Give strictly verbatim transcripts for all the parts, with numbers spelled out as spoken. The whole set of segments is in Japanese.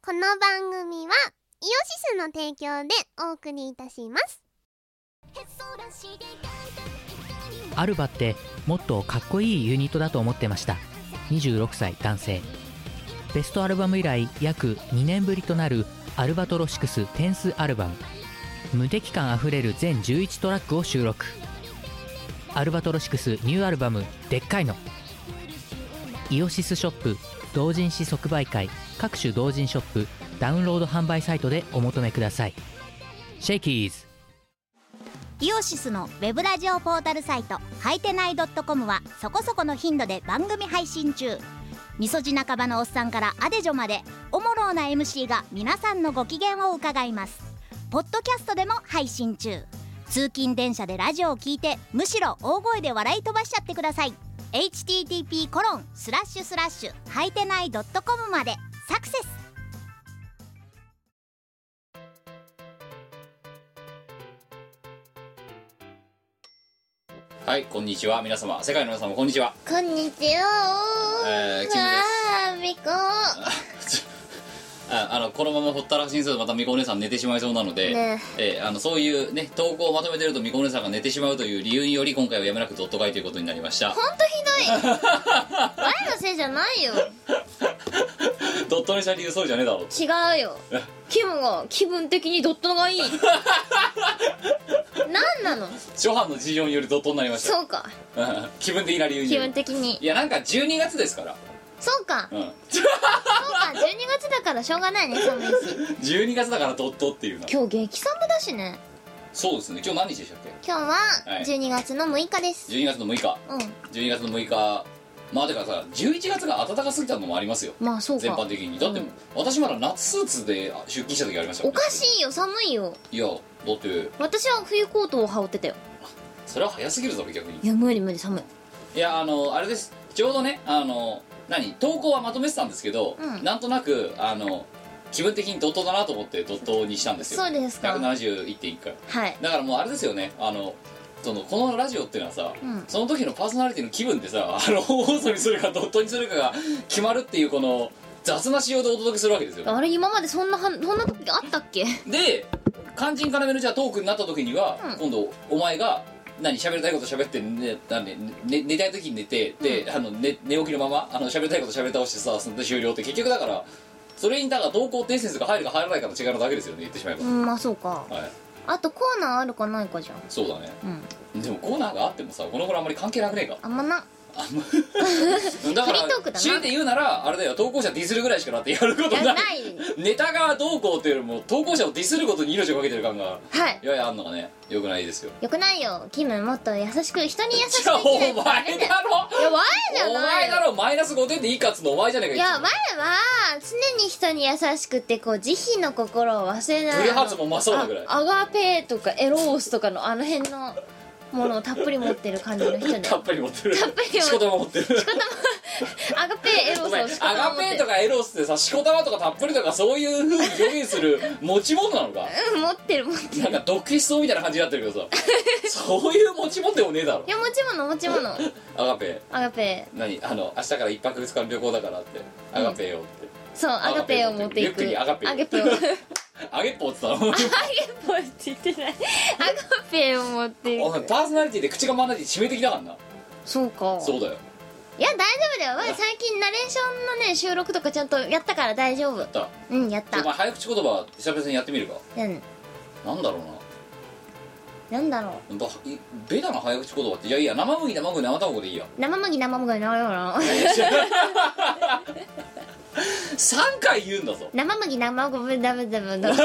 この番組はイオシスの提供でお送りいたします。 アルバってもっとかっこいいユニットだと思ってました。にじゅうろくさい男性。ベストアルバム以来約にねんぶりとなるアルバトロシクステンスアルバム。無敵感あふれる全じゅういちトラックを収録。アルバトロシクスニューアルバムでっかいの。イオシスショップ同人誌即売会各種同人ショップダウンロード販売サイトでお求めください。シェイキーズ。 イオシスのウェブラジオポータルサイトはいてない .com はそこそこの頻度で番組配信中。みそじ半ばのおっさんからアデジョまでおもろうな エムシー が皆さんのご機嫌を伺います。ポッドキャストでも配信中。通勤電車でラジオを聞いてむしろ大声で笑い飛ばしちゃってください。 エイチティーティーピーコロンスラッシュスラッシュはいてない .com までサクセス。 はい、こんにちは皆様、世界の皆様こんにちは。 こんにちは。 えー、キムです。 あーみこああのこのままほったらかしにするとまたみこお姉さん寝てしまいそうなので、ねえー、あのそういうね投稿をまとめてるとみこお姉さんが寝てしまうという理由により今回はやめなくドット会ということになりました。 ほんとひどい前のせいじゃないよドットにした理由そうじゃねえだろ。 違うよキムが気分的にドットがいい何なの。 初版の事情によりドットになりました。 そうか気分的な理由に気分的に。 いやなんかじゅうにがつですから。 そうか、 うん、 そうかじゅうにがつだからしょうがないね。寒いしじゅうにがつだからドットっていうの。 今日激寒だしね。 そうですね。今日何日でしたっけ。 今日はじゅうにがつのむいかです。 じゅうにがつのむいか。 うんじゅうにがつのむいか。まあてかさじゅういちがつが暖かすぎたのもありますよ。 まあそうか全般的に。だって、うん、私まだ夏スーツで出勤した時ありましたよ、 ね、おかしいよ寒いよ。 いやだって私は冬コートを羽織ってたよ。 それは早すぎるぞ逆に。 いや無理無理寒い。 いやあのあれです。ちょうどねあの何投稿はまとめてたんですけど、うん、なんとなくあの気分的にドットだなと思ってドットにしたんですよ。 そうですか。 ひゃくななじゅういってんいっかい。 はいだからもうあれですよね。あのそのこのラジオっていうのはさ、うん、その時のパーソナリティの気分でさあの放送にするかドットにするかが決まるっていうこの雑な仕様でお届けするわけですよ。 あれ今までそんなそんな時あったっけ。で肝心要のじゃあトークになった時には、うん、今度お前が何喋りたいこと喋って、ねねね、寝たい時に寝てで、うん、あの寝寝起きのままあの喋りたいこと喋り倒してさそんで終了って結局だからそれにだから投稿ってエッセンスが入るか入らないかの違いなだけですよね言ってしまえば。 うんまあそうか、はい、あとコーナーあるかないかじゃん。 そうだね、うん、でもコーナーがあってもさこの頃あんまり関係なくねえか。 あんまなだから強いて言うならあれだよ投稿者ディスるぐらいしかだってやることない。ネタがどうこうっていうよりも投稿者をディスることに命をかけてる感がはいいやいやあんのがねよくないですよ。 よくないよキム。もっと優しく人に優しくお前だろ。いや前じゃないお前だろ。マイナスごてんでいいかっつのお前じゃねえか。 いや前は常に人に優しくてこう慈悲の心を忘れない。 ブレハツもまそうなぐらいアガペーとかエロースとかのあの辺のものをたっぷり持ってる感じの人でたっぷり持ってる。 たっぷりしこたま持ってる。 しこたまアガペーエロスをしこたま持ってる。 アガペーとかエロスってさしこたまとかたっぷりとかそういう風に表現する持ち物なのか。 うん持ってる持ってる。 なんか毒消しそうみたいな感じになってるけどさそういう持ち物でもねえだろ。 いや持ち物持ち物。 アガペーアガペー何あの明日から一泊二日の旅行だからってアガペーをって、うん、 そうアガペーを持っていく。 リュックにアガペーアガペーをアゲッポーって言ったの。 アゲッポーって言ってない。アガペーを持っていく。 パーソナリティで口が回らないで致命的だからな。 そうか。 そうだよ。 いや大丈夫だよ。我最近ナレーションのね収録とかちゃんとやったから大丈夫。 やった。 うんやった。 お前早口言葉久々にやってみるか。 うんなんだろうな。 なんだろう。 ベタな早口言葉っていやいや生麦生麦生卵でいいや。 生麦生麦生麦さんかい言うんだぞ。 生麦生麦ダブダブダブ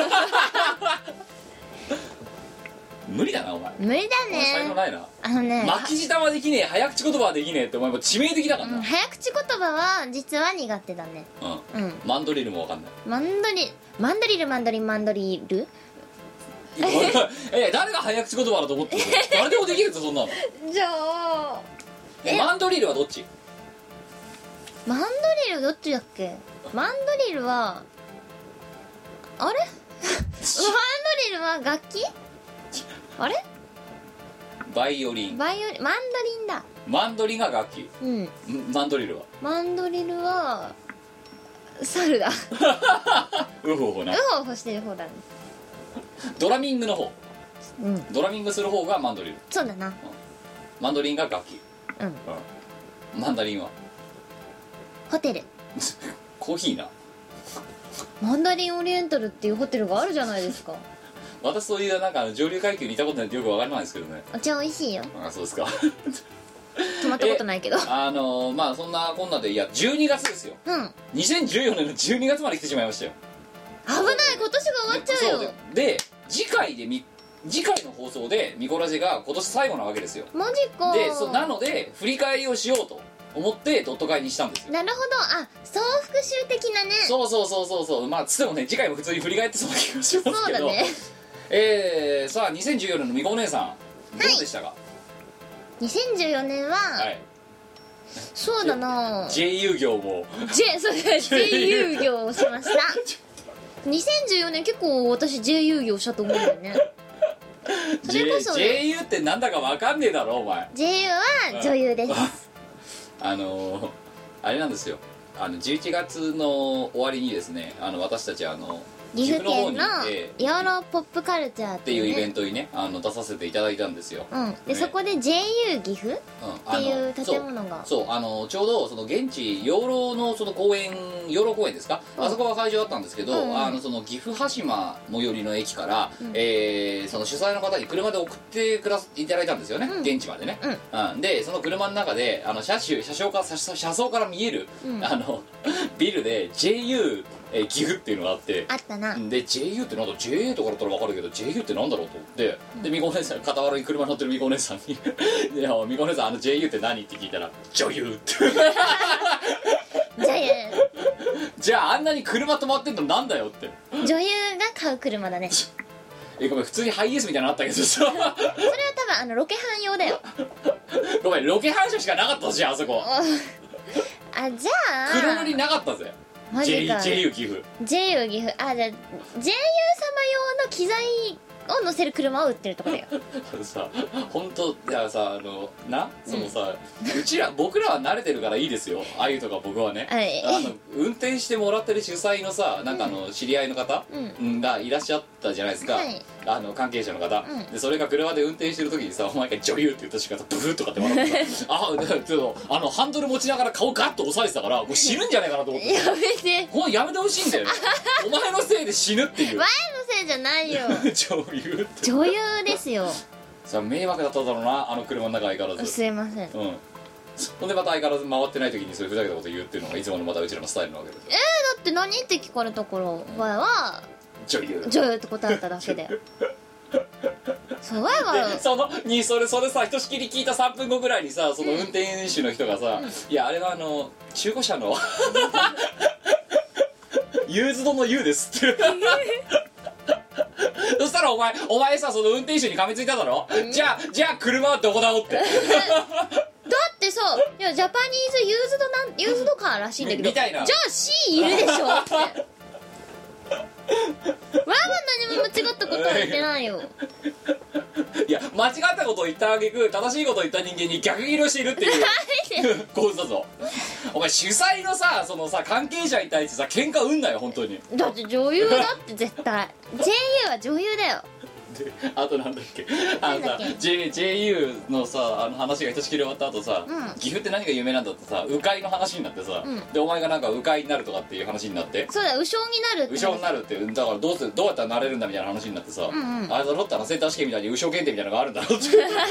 無理だなお前。 無理だね。 才能ないな。 あのね巻き舌はできねえ早口言葉はできねえってお前も致命的だからな、 うん、早口言葉は実は苦手だね。 うん、うん、マンドリルもわかんない。 マンドリマンドリルマンドリルマンドリルえ誰が早口言葉だと思ってるの。誰でもできるぞそんなの。 じゃあえマンドリルはどっち。 マンドリルどっちだっけ。マンドリルはあれマンドリルは楽器あれバイオリンバイオリンマンドリンだ。 マンドリンが楽器。 うんマンドリルはマンドリルは猿だウホウホなウホウホしてる方だね。 ドラミングの方、 うんドラミングする方がマンドリル、 そうだな。 マンドリンが楽器、 うんうん、マンダリンはホテル。 コーヒーな。 マンダリンオリエンタルっていうホテルがあるじゃないですか。 私そういうなんか上流階級にいたことないんでよくわからないですけどね。 お茶美味しいよ。 あ、そうですか。 泊まったことないけど。 あのー、まあそんなこんなで、いやじゅうにがつですよ。 うんにせんじゅうよねんのじゅうにがつまで来てしまいましたよ。 危ない、今年が終わっちゃうよ。 でで次回でみ次回の放送でミコラジが今年最後なわけですよ。 マジか。 でそなので振り返りをしようと思ってドット会にしたんですよ。 なるほど。あ、総復習的なね。 そうそうそうそうそう。まあつってもね次回も普通に振り返ってそうな気がしますけど。 そうだね。 えー、さあにせんじゅうよねんのみこお姉さんどうでしたか。 にせんじゅうよねんは、 はい、 そうだな J 遊業も J そうだ J 遊業をしました。にせんじゅうよねん結構私 J 遊業したと思うんだよね。それこそ J- ジェーユー ってなんだかわかんねえだろお前。 ジェーユー は女優です。 あのー、あれなんですよ、あのじゅういちがつの終わりにですね、あの私たちあの岐阜県の岐阜方に行ってヨーロポップカルチャーっていうイベント、 トにねあの出させていただいたんですよ。 うん、で、 ね、 そこで ジェーユー 岐阜うんっていう建物が、 そうそうあのちょうどその現地養老のその公園養老公園ですか、うん、あそこが会場だったんですけど、うんうん、あのその岐阜羽島最寄りの駅から、うんえー、その主催の方に車で送ってくだいただいたんですよね、うん、現地までね、うんうん、でその車の中であの車種車掌か車車窓から見える、うん、あのビルで ジェーユーえー、岐阜っていうのがあってあったな。 で ジェーユー ってなんだ ジェーエー とかだったら分かるけど ジェーユー ってなんだろうと思って、うん、でみこお姉さん傍らに車乗ってるみこお姉さんに「いやみこお姉さんあの ジェーユー って何?」って聞いたら「女優」って女優じゃああんなに車止まってんのなんだよって女優が買う車だね。 えごめん普通にハイエースみたいなのあったけどさそれは多分あのロケハン用だよ。 ごめんロケハン車しかなかったじゃんあそこあじゃあ黒塗りなかったぜ。 マジかジェーユー 岐阜ジェーユー 岐阜あじゃあ ジェーユー 様用の機材を乗せる車を売ってるとこだよ。 さ本当いやさあのなそのさ、うん、うちら僕らは慣れてるからいいですよあゆとか僕はね、はい、あの運転してもらってる主催のさなんかあの知り合いの方、うん、がいらっしゃったじゃないですか、はい、あの関係者の方、うん、でそれが車で運転してる時にさお前が女優って言った瞬間ブフッとかって笑ってさあちょっとあのハンドル持ちながら顔ガッと押さえてたからもう死ぬんじゃないかなと思ってやめてほんやめてほしいんだよねお前のせいで死ぬっていう前のせいじゃないよ女優って女優ですよ。 さ迷惑だっただろうなあの車の中相変わらず。 すいません。 うんほんでまた相変わらず回ってない時にそれふざけたこと言うっていうのがいつものまたうちらのスタイルなわけです。 えー、だって何って聞かれた頃前は女優女優って答えただけでそうわいわそのにそれそれさひとしきり聞いたさんぷんごぐらいにさその運転手の人がさ、うん、いやあれはあの中古車のユーズドの U ですってそしたらお前お前さその運転手に噛みついただろ、うん、じゃあじゃあ車はどこだおってだってさいやジャパニーズユーズドなんユーズドカーらしいんだけどみたいなじゃあ C いるでしょってわーは何も間違ったことは言ってないよいや間違ったことを言ったあげく正しいことを言った人間に逆ギレをしているっていう構図だぞお前主催のさそのさ関係者に対してさ喧嘩うんなよ本当に。 だって女優だって絶対ジェーユー は女優だよ。 であとなんだっけあのさ J- ジェーユー のさあの話がひとしきり終わった後さ、うん、岐阜って何が有名なんだってさ鵜飼の話になってさ、うん、でお前がなんか鵜飼になるとかっていう話になってそうだ鵜匠になるって鵜匠になるってだからどうするどうやったらなれるんだみたいな話になってさ、うんうん、あれだろってあのセンター試験みたいに鵜匠検定みたいなのがあるんだろって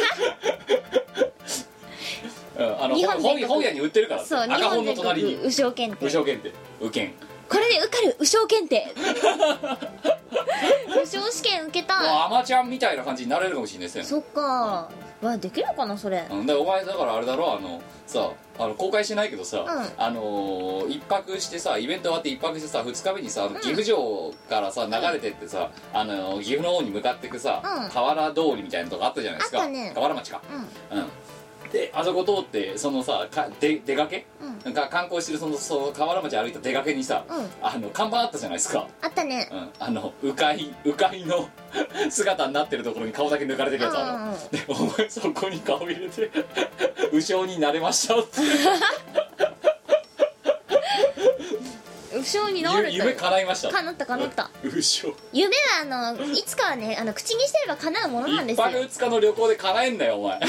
うん、あの本, 本屋に売ってるからそう赤本の隣に鵜匠検定鵜匠検定鵜検これで受かる鵜匠検定鵜匠試験受けたい。 アマちゃんみたいな感じになれるかもしれないですね。 そっか、うん、わできるかなそれ、 うん、でお前だからあれだろあのさあの公開してないけどさ、うん、あのー、一泊してさイベント終わって一泊してさふつかめにさ、うん、岐阜城からさ流れてってさ、うん、あのー、岐阜の方に向かってくさ、うん、河原通りみたいなとこあったじゃないですか、ね、河原町か、うん、うんであそこ通ってそのさかで出かけ、うん、か観光してるそのその河原町歩いた出かけにさ、うん、あの看板あったじゃないですか。 あったね、 うん、あの鵜飼鵜飼の姿になってるところに顔だけ抜かれてるやつある、うんうん、でお前そこに顔入れて鵜匠になれましたって鵜匠将になれたよ。 夢叶いました。 叶った叶った。 うしょ。 夢はあのいつかはね、あの口にしてれば叶うものなんですよ。 一泊二日の旅行で叶えんだよお前。いや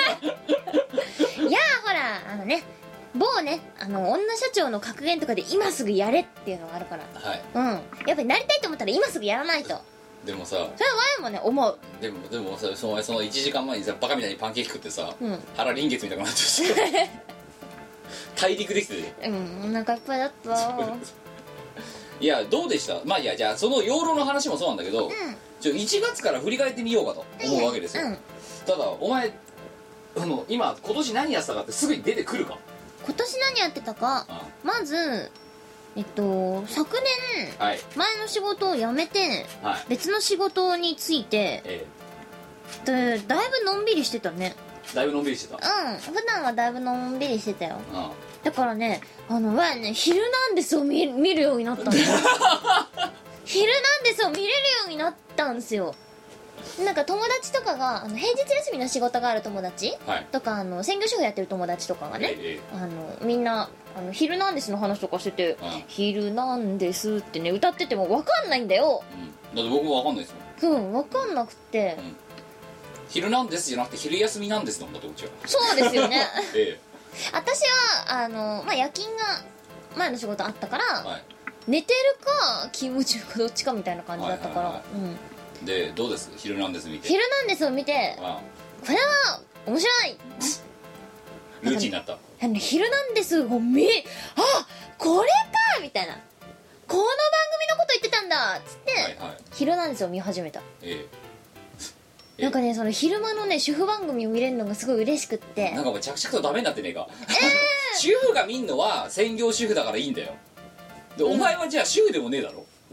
ほらあのね、某ねあの女社長の格言とかで今すぐやれっていうのがあるから、 はい、 うん、やっぱりなりたいと思ったら今すぐやらないと。 でもさ、 それは前もね思う。 でもでもさ、そのそのいちじかんまえにさバカみたいにパンケーキ食ってさ、うん、腹臨月みたいになってるし大陸できてる。 うん、お腹いっぱいだったいやどうでした。まあいや、じゃあその養老の話もそうなんだけど、うん、ちょいちがつから振り返ってみようかと思うわけですよ、うん、ただお前あの今今年何やってたかってすぐに出てくるか。 今年何やってたか、うん、まずえっと昨年、はい、前の仕事を辞めて、はい、別の仕事に就いて、ええ、でだいぶのんびりしてたね。 だいぶのんびりしてた。 うん、普段はだいぶのんびりしてたよ。うん、だからね、あの前ね「ヒルナンデス」を 見, 見るようになったんですよ。ヒルナンデスを見れるようになったんですよ。なんか友達とかがあの平日休みの仕事がある友達、はい、とかあの専業主婦やってる友達とかがね、ええ、あのみんなあのヒルナンデスの話とかしてて「ヒルナンデス」ってね歌ってても分かんないんだよ、 うん、だって僕も分かんないですもん。 うん、分かんなくて、うん、 ヒルナンデスじゃなくて昼休みなんですなんだってこっちは。 そうですよね、 ええ、 私はあの、まあ、夜勤が前の仕事あったから、はい、寝てるか勤務中かどっちかみたいな感じだったから、はいはいはい、うん、でどうですヒルナンデス見て。 ヒルナンデスを見て、ああこれは面白いルーチンになった。 あのヒルナンデスを見あこれかみたいな、この番組のこと言ってたんだっつって、はいはい、ヒルナンデスを見始めた、ええ、なんかねその昼間のね主婦番組を見れるのがすごい嬉しくって、 なんかもう着々とダメになってねえか、えー、主婦が見んのは専業主婦だからいいんだよ。で、うん、お前はじゃあ主婦でもねえだろ。 うん、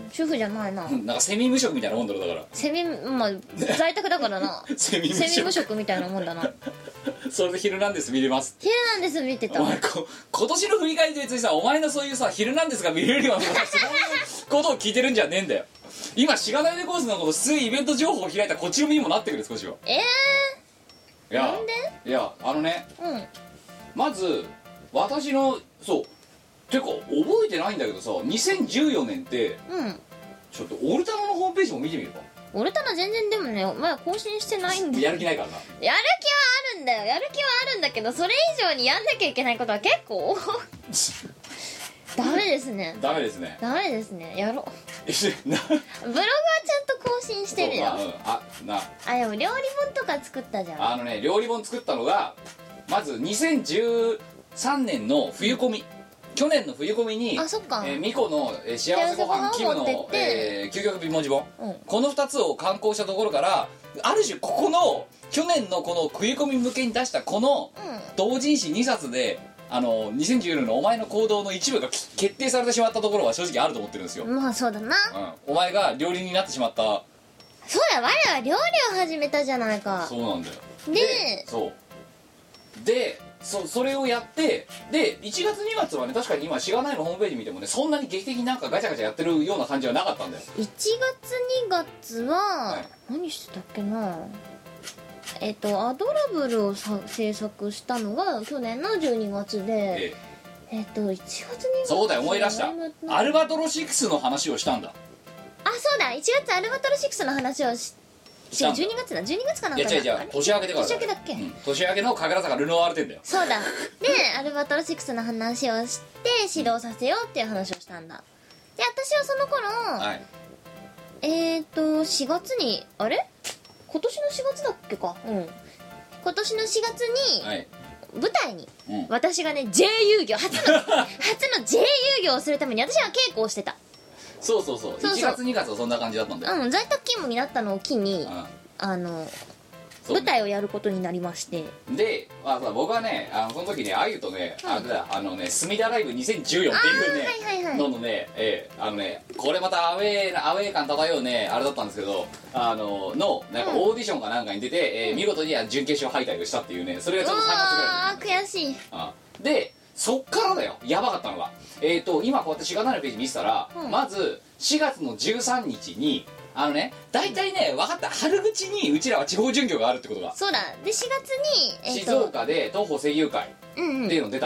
主婦じゃないな。 なんかセミ無職みたいなもんだろ。だからセミ、まあ在宅だからな。セミ無職、セミ無職みたいなもんだな。 それでヒルナンデス見れます。 ヒルナンデス見てた。 お前こ今年の振り返りで別にさ、お前のそういうさヒルナンデスが見れるようなそういうことを聞いてるんじゃねえんだよ。今しがないレコーズのことすぐイベント情報を開いたこっちの身にもなってくる少しは。ええー、 いやなんで？ いやあのね、 うん、 まず私のそうてか覚えてないんだけどさ、にせんじゅうよねんって、うん、ちょっとオルタナのホームページも見てみるか。 オルタナ全然でもねまだ更新してないんだよ。 やる気ないからな。 やる気はあるんだよ、やる気はあるんだけど、それ以上にやんなきゃいけないことは結構ダメですね。 ダメですね。 ダメですね。やろう。ブログはちゃんと更新してるよ。 そう、まあ、うん、あなあでも料理本とか作ったじゃん。 あのね料理本作ったのがまずにせんじゅうさんねんの冬コミ、去年の冬コミにあそっか、 えー、ミコの、えー、幸せごはんキムの、えー、究極貧乏ジ本、うん、このふたつを刊行したところからある種ここの去年のこの冬コミ向けに出したこの同人誌にさつであのにせんじゅうよねんのお前の行動の一部が決定されてしまったところは正直あると思ってるんですよ。 まあそうだな、 うん、お前が料理人になってしまった。 そうだ、我は料理を始めたじゃないか。 そうなんだよ。 で、 でそうで そ, それをやってでいちがつにがつはね確かに今しがないのホームページ見てもねそんなに劇的になんかガチャガチャやってるような感じはなかったんだよ。 いちがつにがつは、はい、何してたっけな。えっとアドラブルをさ制作したのが去年のじゅうにがつで、えええっといちがつにがつそうだよ思い出した。アルバトロシックスの話をしたんだ。 あそうだいちがつアルバトロシックスの話をし違うじゅうにがつだじゅうにがつかなんかだ。 いや違う違う年明けでから年明けだっけ、うん、 年明けの神楽坂ルノワール店だよ。 そうだでアルバトロシックスの話をして指導させようっていう話をしたんだ。で私はその頃、はい、えっとしがつにあれ今年のしがつだっけか、うん、今年のしがつに、はい、舞台に、うん、私がね J 遊戯を初の初の J 遊戯をするために私は稽古をしてた。 そうそうそう、そうそういちがつにがつはそんな感じだったんだよ。 うん、在宅勤務になったのを機に、うん、あの舞台をやることになりまして、 で、まあ、僕はねあのその時ねあゆとね、はい、あれだあのね隅田ライブにせんじゅうよんっていうね、はいはいはい、ののね、えー、あのねこれまたアウェーアウェー感漂うねあれだったんですけどあののなんかオーディションかなんかに出て、うんえー、見事には準決勝敗退をしたっていうねそれがちょっとさんがつぐらいああ悔しい。 あでそっからだよやばかったのがえっ、ー、と今こうやってしがないのページ見てたら、うん、まずしがつのじゅうさんにちにあのね大体ね分かった春口にうちらは地方巡業があるってことがそうだでしがつに、 えー、静岡で東方声優会っていうの出たの、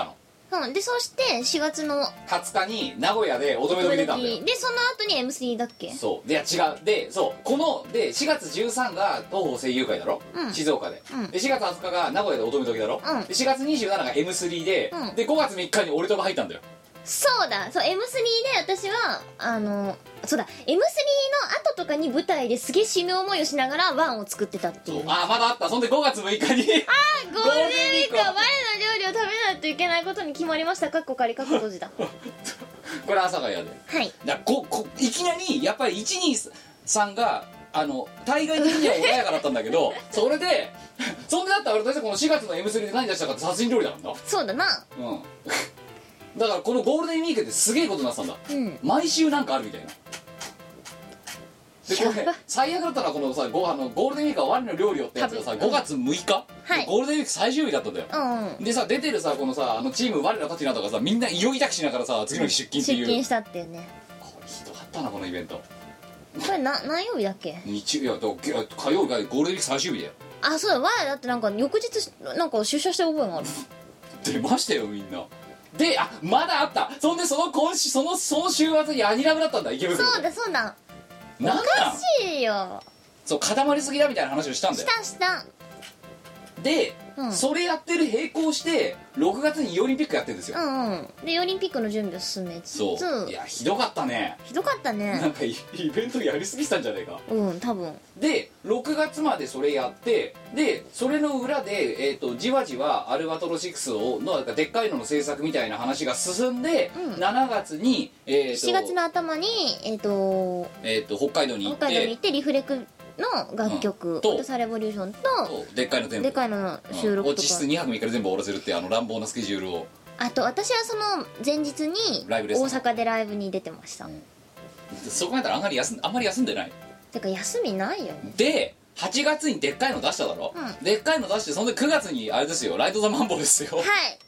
うん、でそしてしがつのはつかに名古屋で乙女時出たんだよ。 でその後に エムスリー だっけ。 そうで、いや違うで、そうこのでしがつじゅうさんが東宝声優会だろ、うん、静岡で、うん、でしがつはつかが名古屋で乙女時だろ、うん、でしがつにじゅうしちが エムスリー で、うん、でごがつみっかに俺とが入ったんだよ。 そうだ、そう エムスリー で私はあのそうだ エムスリー の後とかに舞台ですげえ死ぬ思いをしながらワンを作ってたっていう。 ああまだあった。そんでごがつむいかにああゴールデンウィークは我の料理を食べないといけないことに決まりました。かっこ仮かっこ閉じだこれ阿佐ヶ谷で、 はい、 だここいきなりやっぱりいちにさんがあの対外的には穏やかだったんだけどそれでそんでだったら俺たちこのしがつの エムスリー で何出したかって殺人料理だもんな。 そうだな。 うんだからこのゴールデンウィークってすげえことになってたんだ、うん、毎週なんかあるみたいな。でこれ最悪だったのはこのさ ゴ, あのゴールデンウィークは我の料理をってやつがさごがつむいか、はい、ゴールデンウィーク最終日だったんだよ、うんうん、でさ出てるさこのさあのチーム我らたちなとかさみんな胃を痛くしながらさ次の日出勤っていう、 出勤したっていうね。 これひどかったなこのイベント。これな何曜日だっけ。 日曜いや火曜日がゴールデンウィーク最終日だよ。 あそうだ我だってなんか翌日なんか出社した覚えがある出ましたよみんなで。あまだあった。そんでその今週そのその週末にアニラブだったんだ池袋。 そうだそうだなんだおかしいよ。 そう固まりすぎだみたいな話をしたんだよ。 したしたで、うん、それやってる並行してろくがつにイオリンピックやってるんですよ。 うんうんでイオリンピックの準備を進めつつ。 そういやひどかったね。 ひどかったね。 なんかイベントやりすぎたんじゃねえか。 うん多分でろくがつまでそれやってでそれの裏で、えー、とじわじわアルバトロシックスをのでっかいのの制作みたいな話が進んで、うん、しちがつに、えー、としがつの頭に、えーとえー、と北海道に行って北海道に行ってリフレクの楽曲、うん、とサレボリューションとでっかいの全部でっかいのの収録とか、 うん、実質にはくみっかで全部終わらせるっていうあの乱暴なスケジュールを。 あと私はその前日に大阪でライブに出てました、うん、 そこまであんまり休んあんまり休んでない。 てか休みないよ。 ではちがつにでっかいの出しただろ、うん、でっかいの出してそんでくがつにあれですよライト・ザ・マンボですよ。 はい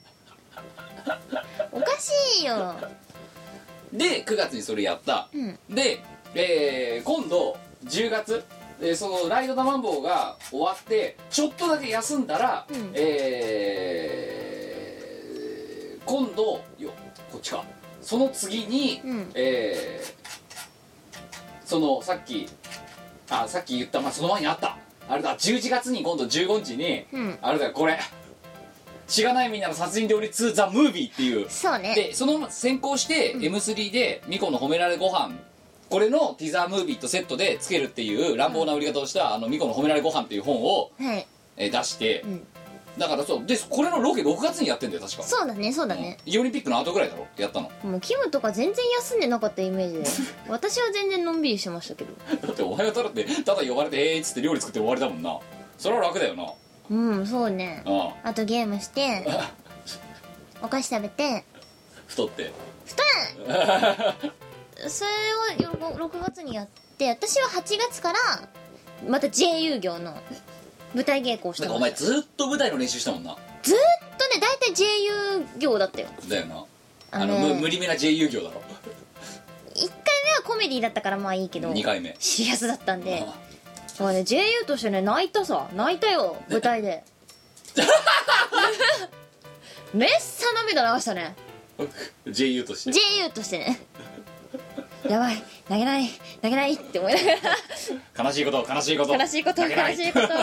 おかしいよ。 でくがつにそれやった、うん、で、えー、今度じゅうがつえー、そのライト・ザ・マンボが終わってちょっとだけ休んだら、うん、えー、今度よこっちかその次に、うん、えー、そのさっきあさっき言った、まあ、その前にあったあれだじゅういちがつに今度じゅうごにちに、うん、あれだよこれしがないみんなの殺人料理ツーザ・ムービーっていう。 そうね。 でその先行して、うん、エムスリー でミコの褒められご飯これのティザームービーとセットでつけるっていう乱暴な売り方をしたあのミコの褒められご飯っていう本を、はいえー、出して、うん、だからそうでこれのロケろくがつにやってんだよ確か。 そうだねそうだね、 うん、イオリンピックの後ぐらいだろやったの。 もうキムとか全然休んでなかったイメージで私は全然のんびりしてましたけどだってお前がただってただ呼ばれてえーっつって料理作って終わりだもんな。それは楽だよな。 うんそうね。ああとゲームしてお菓子食べて太って太いそれをろくがつにやって私ははちがつからまた ジェーユー 業の舞台稽古をしてました。 お前ずっと舞台の練習したもんな。 ずっとね大体 ジェーユー 業だったよ。 だよなあの、ね、無理めな ジェーユー 業だろ。 いっかいめはコメディだったからまあいいけどにかいめシリアスだったんでまあね ジェーユー としてね泣いたさ泣いたよ舞台でめっさ涙流したねジェーユー としてジェーユー としてねやばい投げない投げないって思いながら悲しいこと悲しいこと悲しいこと悲しいこと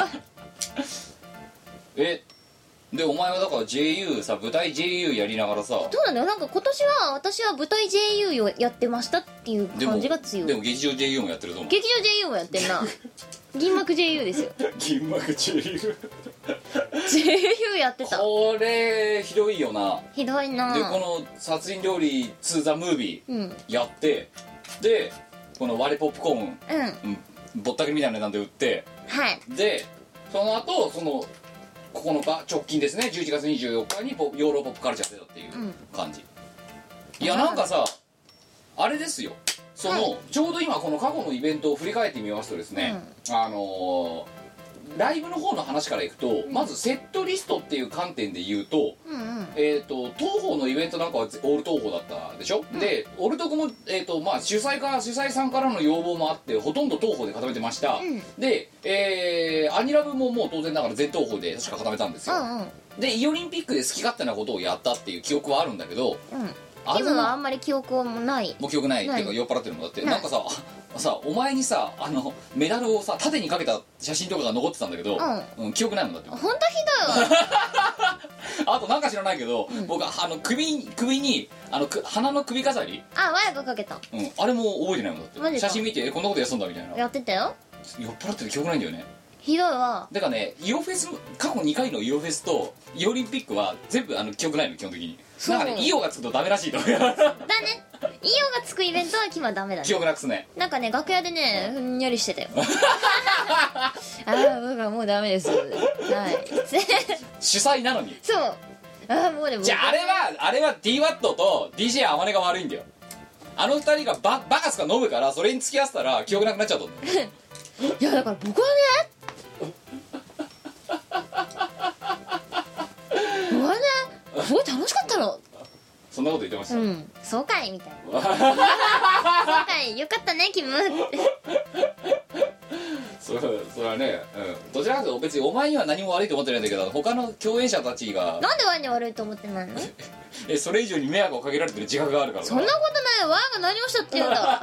えでお前はだから ジェーユー さ舞台 ジェーユー やりながらさそうなんだよ。なんか今年は私は舞台 ジェーユー をやってましたっていう感じが強い。 でも、でも劇場 ジェーユー もやってると思う。 劇場 ジェーユー もやってんな銀幕 ジェーユー ですよ銀幕 ジェーユージェーユー やってた。これひどいよな。 ひどいな。 でこの殺人料理ツーザムービーやって、うん、でこの割れポップコーン、うんうん、ぼったくりみたいな値段で売って、 はい、 でその後そのここのか直近ですねじゅういちがつにじゅうよっかにヨーロポップカルチャー出たっていう感じ、うん、いやなんかさあれですよその、はい、ちょうど今この過去のイベントを振り返ってみますとですね、うん、あのーライブの方の話からいくと、うん、まずセットリストっていう観点で言うと、うんうん、えーと東宝のイベントなんかはオール東宝だったでしょ、うん、でオルトコも、えーとまあ、主催か主催さんからの要望もあってほとんど東宝で固めてました、うん、で、えー、アニラブももう当然ながら全東宝で確か固めたんですよ、うんうん、 でイオリンピックで好き勝手なことをやったっていう記憶はあるんだけど、 うんキムはあんまり記憶もないもう記憶ないっていうか酔っ払ってるのだってなんかささお前にさあのメダルをさ縦にかけた写真とかが残ってたんだけど、うんうん、記憶ないもんだってほんとひどいわあとなんか知らないけど、うん、僕あの首首にあのく鼻の首飾りあワイがかけた、 うん、あれも覚えてないもんだって写真見てえこんなことやったんだみたいなやってたよ酔っ払ってる記憶ないんだよねひどいわだからねイオフェス過去にかいのイオフェスとイオリンピックは全部あの記憶ないの基本的になんかねイオがつくとダメらしいとだねイオがつくイベントはキムはダメだね記憶なくすねなんかね楽屋でねふんやりしてたよああ僕はもうダメですはい主催なのにそうああもうねじゃああれはあれは ディーワット と ディージェー あまねが悪いんだよあの二人がババカスか飲むからそれに付き合わせたら記憶なくなっちゃうと思ういやだから僕はね僕はねすごい楽しかったのそんなこと言ってましたうんそうかいみたいなそうかいよかったねキムそれそれはね、うん、どちらかというと別にお前には何も悪いと思ってないんだけど他の共演者たちがなんでワイに悪いと思ってないのえそれ以上に迷惑をかけられてる自覚があるからそんなことないよワイが何をしたって言うんだ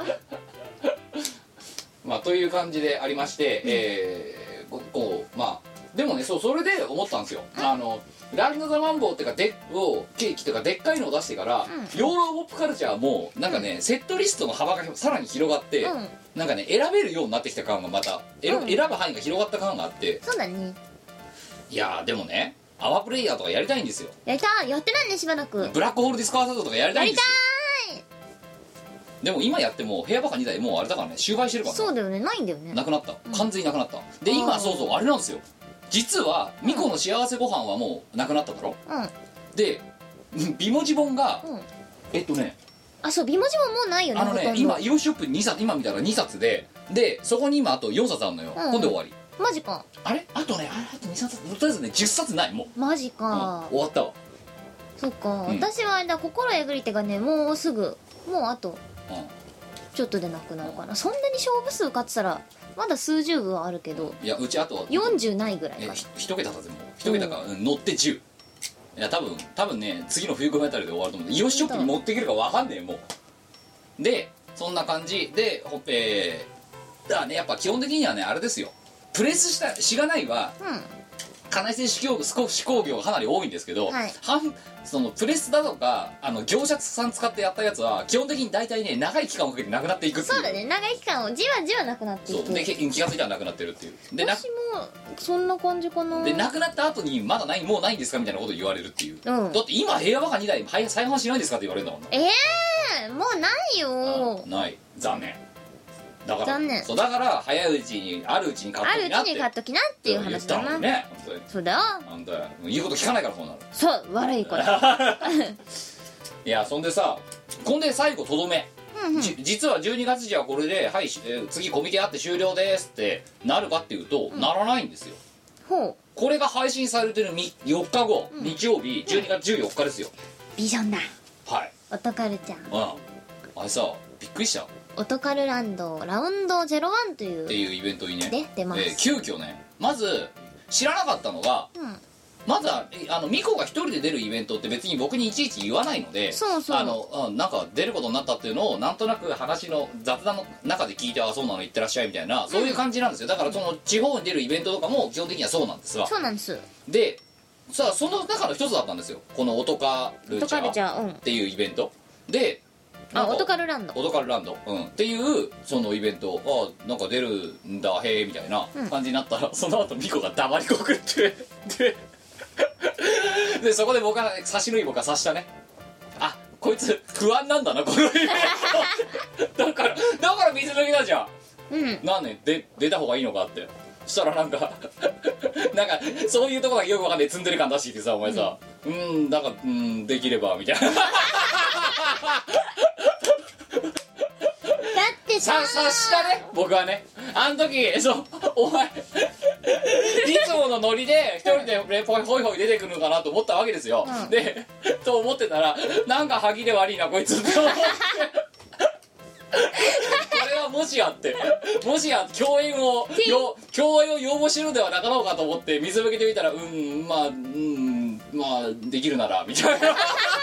まあという感じでありまして、うん、えー、ここうまあでもねそうそれで思ったんですよ、うん、あのラリノ・ザ・マンボウっていうかでをケーキとかでっかいのを出してから、うん、ヨーロポップカルチャーもなんかね、うん、セットリストの幅がさらに広がって、うん、なんかね選べるようになってきた感がまた、うん、選ぶ範囲が広がった感があってそうだねいやでもねアワープレイヤーとかやりたいんですよやりたいやってないねしばらくブラックホールディスカーサードとかやりたいんですよやりたいでも今やっても部屋バカにだいもうあれだからね終売してるから、ね、 そうだよねないんだよねなくなった完全になくなった、うん、で今そうそうあれなんですよ実はミコの幸せご飯はもうなくなっただろ、うん、で美文字本が、うん、えっとねあそう美文字本もうないよねあのね今イオシショップにさつ今見たらにさつででそこに今あとよんさつあるのよ、うん、今度終わりマジかあれあとねああとにさつとりあえずねじゅっさつないもうマジか、 うん、終わったわそっか、うん、私はあれだ心えぐりてがねもうすぐもうあと、うん、ちょっとでなくなるかな、うん、そんなに勝負数勝ってたらまだ数十部はあるけどいやうちあとよんじゅうないぐらいかな一桁だぜもう一桁か、うん、乗ってじゅういや多分多分ね次の冬コメンタルで終わると思うイオシショップに持っていけるか分かんねえもうでそんな感じでほっぺーだからねやっぱ基本的にはねあれですよプレスしたしがないは、うん金井製紙工業がかなり多いんですけど、はい、そのプレスだとかあの業者さん使ってやったやつは基本的に大体ね長い期間をかけてなくなっていくっていうそうだね長い期間をじわじわなくなっていくそうで気がついたらなくなってるっていうで私もそんな感じかなでなくなった後にまだないもうないんですかみたいなことを言われるっていう、うん、だって今平和バカにだい再販しないんですかって言われるんだもんええー、もうないよない残念だから残念そうだから早いうちにあるうちに買っときなってあるうちに買っときなっていう話だな言ったもんねそうだよなんだよ言うこと聞かないからこうなるそう悪いからいやそんでさこんで最後とどめ、うんうん、実はじゅうにがつじゃこれではい、えー、次コミケあって終了ですってなるかっていうと、うん、ならないんですよほうこれが配信されてるよっかご、うん、日曜日じゅうにがつじゅうよっかですよ、 ビジョンだはいオトカルちゃんうんあれさびっくりしたオトカルランドラウンドゼロワンというっていうイベントにねで出ます、えー、急遽ねまず知らなかったのが、うん、まずはあのミコが一人で出るイベントって別に僕にいちいち言わないのでそうそうあの、うん、なんか出ることになったっていうのをなんとなく話の雑談の中で聞いてあそうなの言ってらっしゃいみたいなそういう感じなんですよだからその地方に出るイベントとかも基本的にはそうなんですわそうなんですでさあその中の一つだったんですよこのオトカルチャーっていうイベント、うん、であオトカルランドオトカルランド、うん、っていうそのイベントあなんか出るんだへえみたいな感じになったら、うん、その後ミコが黙りこくってででそこで僕は差し抜い僕は察したねあこいつ不安なんだなこのイベントだからだから水抜きだじゃん、うん、なんでで出た方がいいのかってそしたらなんかなんかそういうところがよくわかんないツンデレ感出してきてさお前さうん、うんだからうんできればみたいなさ察したね僕はねあの時そうお前いつものノリで一人でホイホイホイ出てくるのかなと思ったわけですよ、うん、でと思ってたらなんか歯切れ悪いなこいつって思ってこれはもしやってもしや共演を共演を要望してるのではなかろうかと思って水向けてみたらうんまあうんうまあできるならみたいな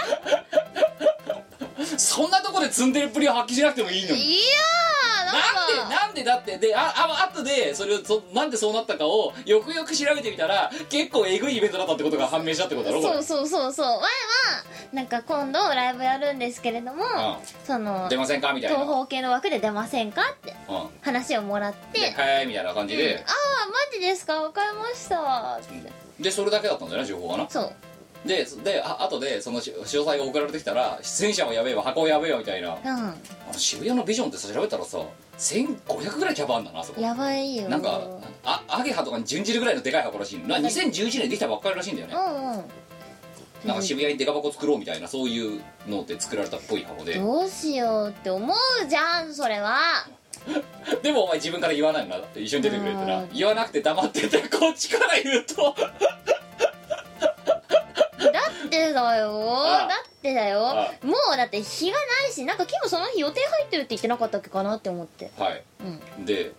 そんなとこで積んでるっぷりを発揮しなくてもいいのに。 いやーなんでなんでだってでああ後でそれをそなんでそうなったかをよくよく調べてみたら結構えぐいイベントだったってことが判明したってことだろ。 そうそうそうそう。前はなんか今度ライブやるんですけれども、うん、その出ませんかみたいな、 東方系の枠で出ませんかって話をもらって、 ではいみたいな感じで、 うん、ああマジですか、分かりましたって。 でそれだけだったんじゃない情報がな。そうでであ後でその詳細が送られてきたら出演者もやべえわ箱もやべえわみたいな、うん、あの渋谷のビジョンってさ調べたらさせんごひゃくぐらいキャパあんだなあそこ。やばいよ。なんかあアゲハとかに準じるぐらいのでかい箱らしいの。にせんじゅういちねんできたばっかりらしいんだよね。うんうん。なんか渋谷にデカ箱作ろうみたいなそういうので作られたっぽい箱で。 どうしようって思うじゃんそれは。 でもお前自分から言わないのな、一緒に出てくれってな。言わなくて黙っててこっちから言うとだってだよだってだよもうだって日がないし、なんかキムその日予定入ってるって言ってなかったっけかなって思って。 はい、うん、で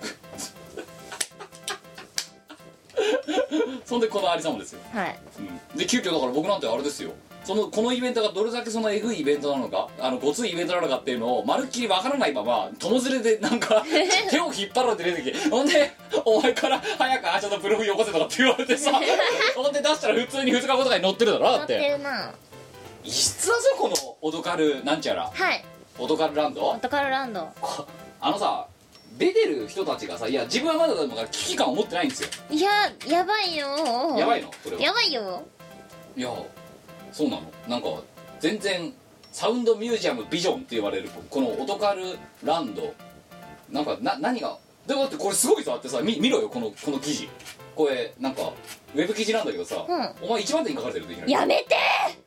そんでこのありさまですよ。はい、うん、で急遽だから僕なんてあれですよ、そのこのイベントがどれだけそのエグいイベントなのか、あのごついイベントなのかっていうのをまるっきりわからないまま友連れでなんか手を引っ張られて出てきてほんでお前から早くあちょっとブログよこせとかって言われてさほんで出したら普通にふつかごとかに載ってるだろ。だって載ってるな。異質だぞこのオドカルなんちゃら。はい、オドカルランド。オドカルランドあのさ出てる人たちがさ、いや自分はまだだから危機感を持ってないんですよ。いややばいよ。やばいのこれは。やばいよ。いやそうなの。なんか全然サウンドミュージアムビジョンって言われるこのオトカルランドなんかな何がでもだってこれすごいさってさ 見, 見ろよこのこの記事。これなんかウェブ記事なんだけどさ、うん、お前一番手に書かれてるできない。やめて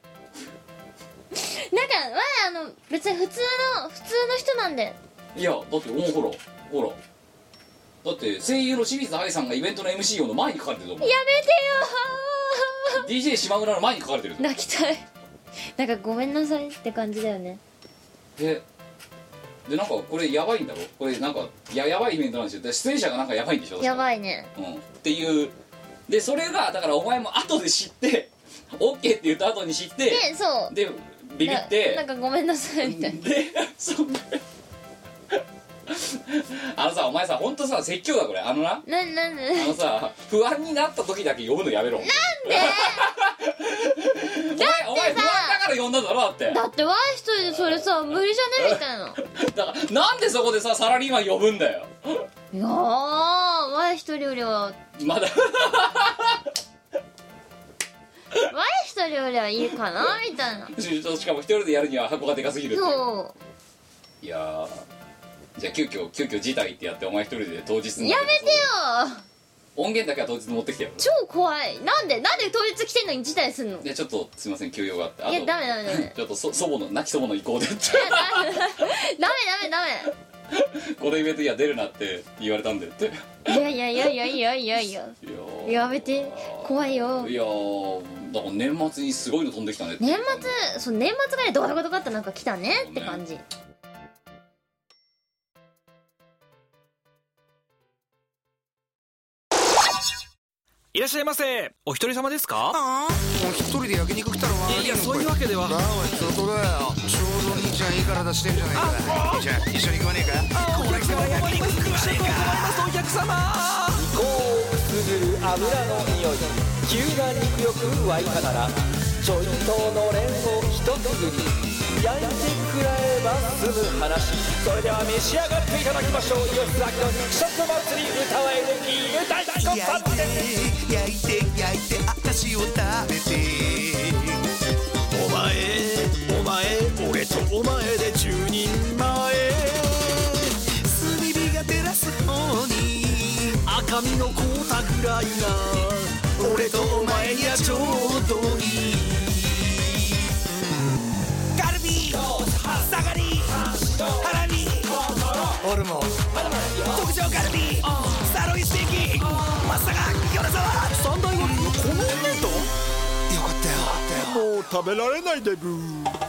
なんか前あの別に普通の普通の人なんで。いやだってもうほらほらだって声優の清水愛さんがイベントの エムシー 用の前に書かれてるぞ。やめてよディージェー 島村の前に書かれてるぞ。泣きたいなんかごめんなさいって感じだよね。ででなんかこれやばいんだろこれなんかややばいイベントなんですよ。で出演者がなんかやばいんでしょ。やばいね、うん、っていうでそれがだからお前も後で知って オーケー って言った後に知ってでそうでビビってな, なんかごめんなさいみたいなでそんなあのさお前さほんとさ説教だこれ。あのななななあのさ不安になった時だけ呼ぶのやめろ。なんでお前お前不安だから呼んだだろ。だってだってワイ一人でそれさ無理じゃねみたいなだからなんでそこでさサラリーマン呼ぶんだよ。いやーワイ一人よりはまだワイ一人よりはいいかなみたいなしかも一人でやるには箱がでかすぎるっていう。そういやーじゃあ急遽急遽辞退ってやってお前一人で当日のやめてよ。音源だけは当日持ってきてよ。超怖い。なんでなんで当日来てんのに辞退すんの。いやちょっとすいません休養があって。いやダメダメダメちょっとそ祖母の亡き祖母の意向でってダメダメダメこのイベントには出るなって言われたんだよって。いやいやいやいやいやいやいややめて怖いよ。いやだから年末にすごいの飛んできたね。年末そう年末ぐらいドカドカドカってなんか来たねって感じ。 いらっしゃいませ。お一人様ですか。 ああもう一人で焼肉食ったら悪いの。 いやそういうわけでは。 だおいそこだよ。ちょうど兄ちゃんいい体してんじゃないか。兄ちゃん一緒に食わねえか。 これ来ても焼肉食わねえか。お客様胃口をくすぐる油の匂い、急な肉欲湧いたならちょいとのれんを一つぐり焼いてくらえば済む話。それでは召し上がっていただきましょう。吉崎の肉食祭り歌わえるき歌いこさんで焼いて焼いて私を食べてお前お前俺とお前で十人前炭火が照らす方に赤身のコータぐらいが俺とお前にはちょうどいい。カルビサガリハラミホルモン特上カルビサロイステーキ松阪米沢三大和牛のこのお値段。 よかったよ。 もう食べられないでブー。 Welcome to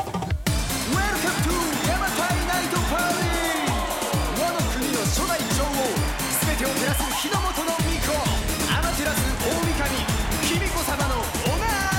ヤマタイナイトパーティー。和の国の初代女王全てを照らす日の本の巫女アマテラス大神卑弥呼様のおな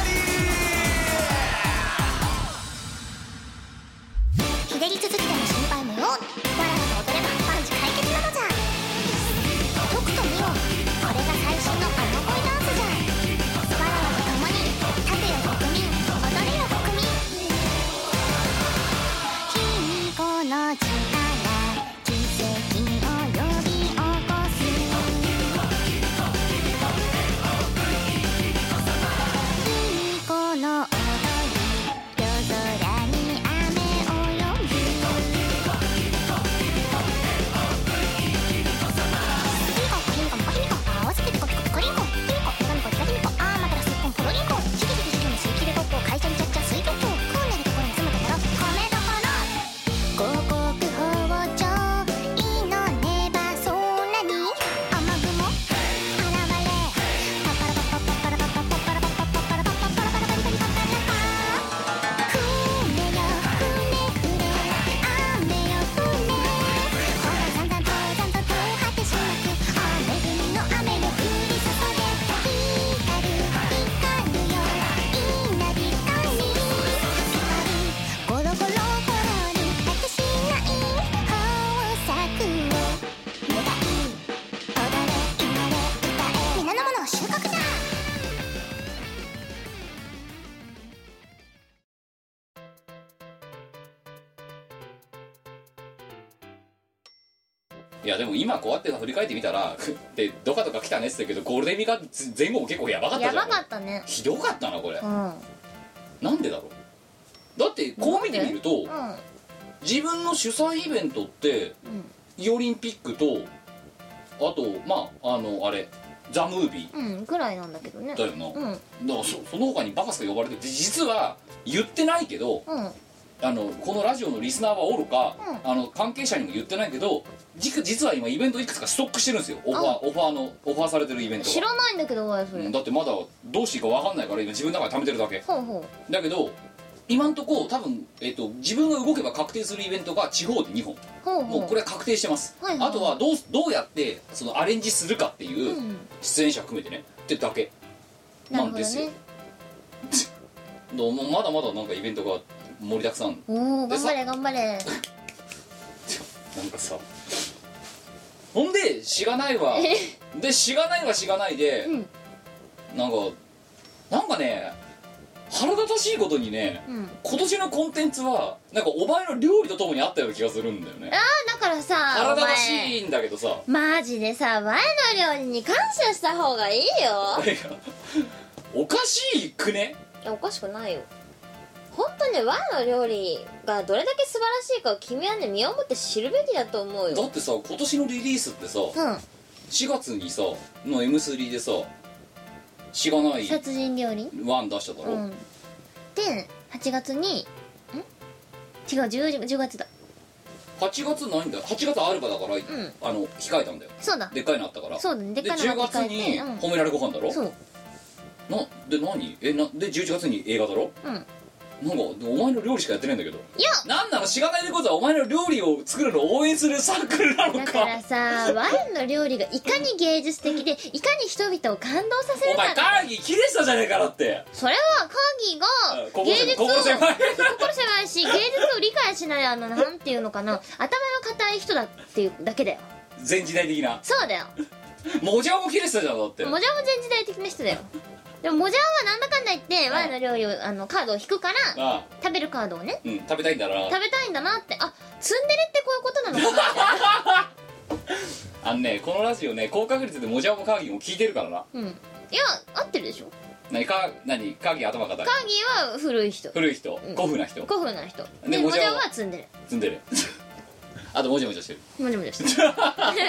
いやでも今こうやって振り返ってみたらでドカドカ来たねって言ったけどゴールデンウィーク前後も結構やばかったじゃん。 やばかったね。 ひどかったなこれ、 うん、 なんでだろう。だってこう見てみると、 うん、 自分の主催イベントって、うん、イオリンピックとあとまああのあれザ・ムービー、 うん、くらいなんだけどね。 だよな、 うん、 だから そ, その他にバカスカ呼ばれてて実は言ってないけど、 うん、 あのこのラジオのリスナーはおるか、うん、あの関係者にも言ってないけど実は今イベントいくつかストックしてるんですよ。オファーオファーのオファーされてるイベントが知らないんだけどそれ、 うん、だってまだどうしていいか分かんないから今自分の中で貯めてるだけ。 ほうほうだけど今んとこ多分、えっと、自分が動けば確定するイベントが地方でにほん。 ほうほうもうこれは確定してます、 はいはい、 あとはどうどうやってそのアレンジするかっていう、うん、出演者含めてねってだけなんですよ。どうもまだまだなんかイベントが盛りだくさん。 おお頑張れ頑張れなんかさほんでしがないわでしがないはしがないで、うん、なんかなんかね腹立たしいことにね、うん、今年のコンテンツはなんかお前の料理とともにあったような気がするんだよね。 ああだからさ腹立たしいんだけどさマジでさ前の料理に感謝した方がいいよおかしいくね。 いやおかしくないよ本当に和の料理がどれだけ素晴らしいかを君はね身をもって知るべきだと思うよ。 だってさ今年のリリースってさ、うん、しがつにさの エムスリー でさしがない殺人料理ワン出しただろ、うん、 ではちがつにん違う 10, じゅうがつだはちがつないんだよ。はちがつアルバだから、うん、あの控えたんだよ。 そうだでっかいのあったから。 そうだねでっかいのあったからでじゅうがつに褒められご飯だろ、うん、そうなで何えなでじゅういちがつに映画だろ。うんなんかお前の料理しかやってないんだけど。 いやなんなのしがないでことはお前の料理を作るのを応援するサークルなのか。 だからさワインの料理がいかに芸術的でいかに人々を感動させるか。 お前カーギーキレしたじゃねえかだって。 それはカーギーが芸術を心狭いし芸術を理解しないあのなんていうのかな頭の固い人だっていうだけだよ。 前時代的な。 そうだよもじゃもキレしたじゃんだって。 もじゃも前時代的な人だよでももじゃはなんだかんだ言ってワインの料理をあのカードを引くからああ食べるカードをね、 うん、食べたいんだな食べたいんだなってあツンデレってこういうことなのかなあのねこのラジオね高確率でもじゃもカーギーも聞いてるからな。 うんいや合ってるでしょ。 何か何カーギー頭固い。 カーギーは古い人古い人、うん、古風な人古風な人でもじゃはツンデレツンデレあともじゃもじゃしてるもじゃもじゃしてる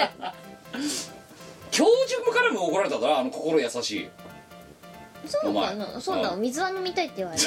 教授からも怒られたからあの心優しいそうかなそうだ、うん、水は飲みたいって言われ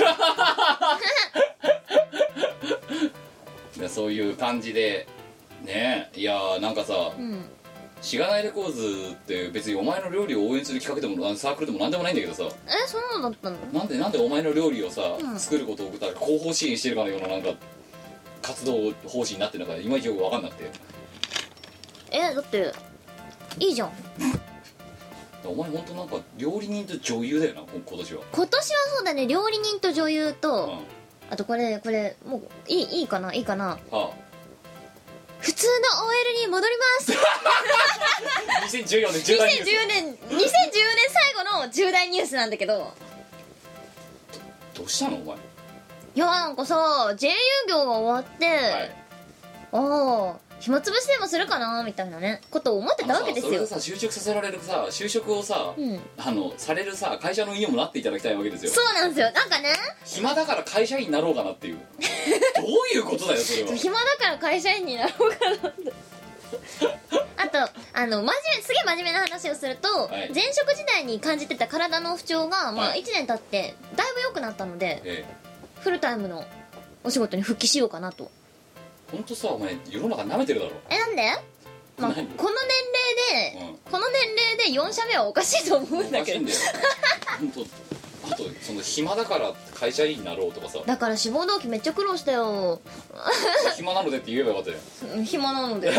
るそういう感じでね。いやーなんかさ、うん、しがないレコーズって別にお前の料理を応援する企画でもサークルでもなんでもないんだけどさ。 えそんなのだったの。 なんでなんでお前の料理をさ、うん、作ることを後方支援してるかのようななんか活動方針になってるのかいまいちよく分かんなくて。 えだっていいじゃんお前本当なんか料理人と女優だよな今年は。 今年はそうだね料理人と女優と、うん、あとこれこれもういいいいかないいかな、はあ、普通の オーエル に戻りますにせんじゅうよねん重大ニュースにせんじゅうねんにせんじゅうねん最後の重大ニュースなんだけど。ど, どうしたのお前。 いやなんかさ ジェーユー 業が終わって、はい、ああ暇つぶしでもするかなみたいなねことを思ってたわけですよ。 それでさ就職させられるさ就職をさ、うん、あのされるさ会社の家もなっていただきたいわけですよ。 そうなんですよ。なんかね暇だから会社員になろうかなっていうどういうことだよそれは。 暇だから会社員になろうかなってあとあの真面目すげえ真面目な話をすると、はい、前職時代に感じてた体の不調が、まあ、いちねん経ってだいぶ良くなったので、ええ、フルタイムのお仕事に復帰しようかなと。 ほんとさお前世の中舐めてるだろ。 えなんで、まあ、この年齢で、うん、この年齢でよん社目はおかしいと思うんだけど。おかしいんだよほんとあとその暇だから会社員になろうとかさ。 だから志望動機めっちゃ苦労したよ暇なのでって言えばよかったよ暇なので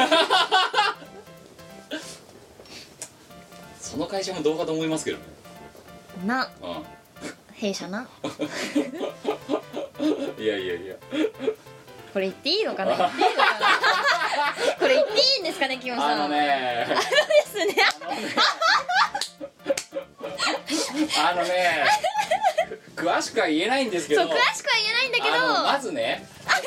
その会社もどうかと思いますけどねな、うん、弊社ないやいやいやこれ言っていいのかな言っていいのかなこれ言っていいんですかねキムさん。 あのねあのですねあのね詳しくは言えないんですけど。 そう詳しくは言えないんだけどまずね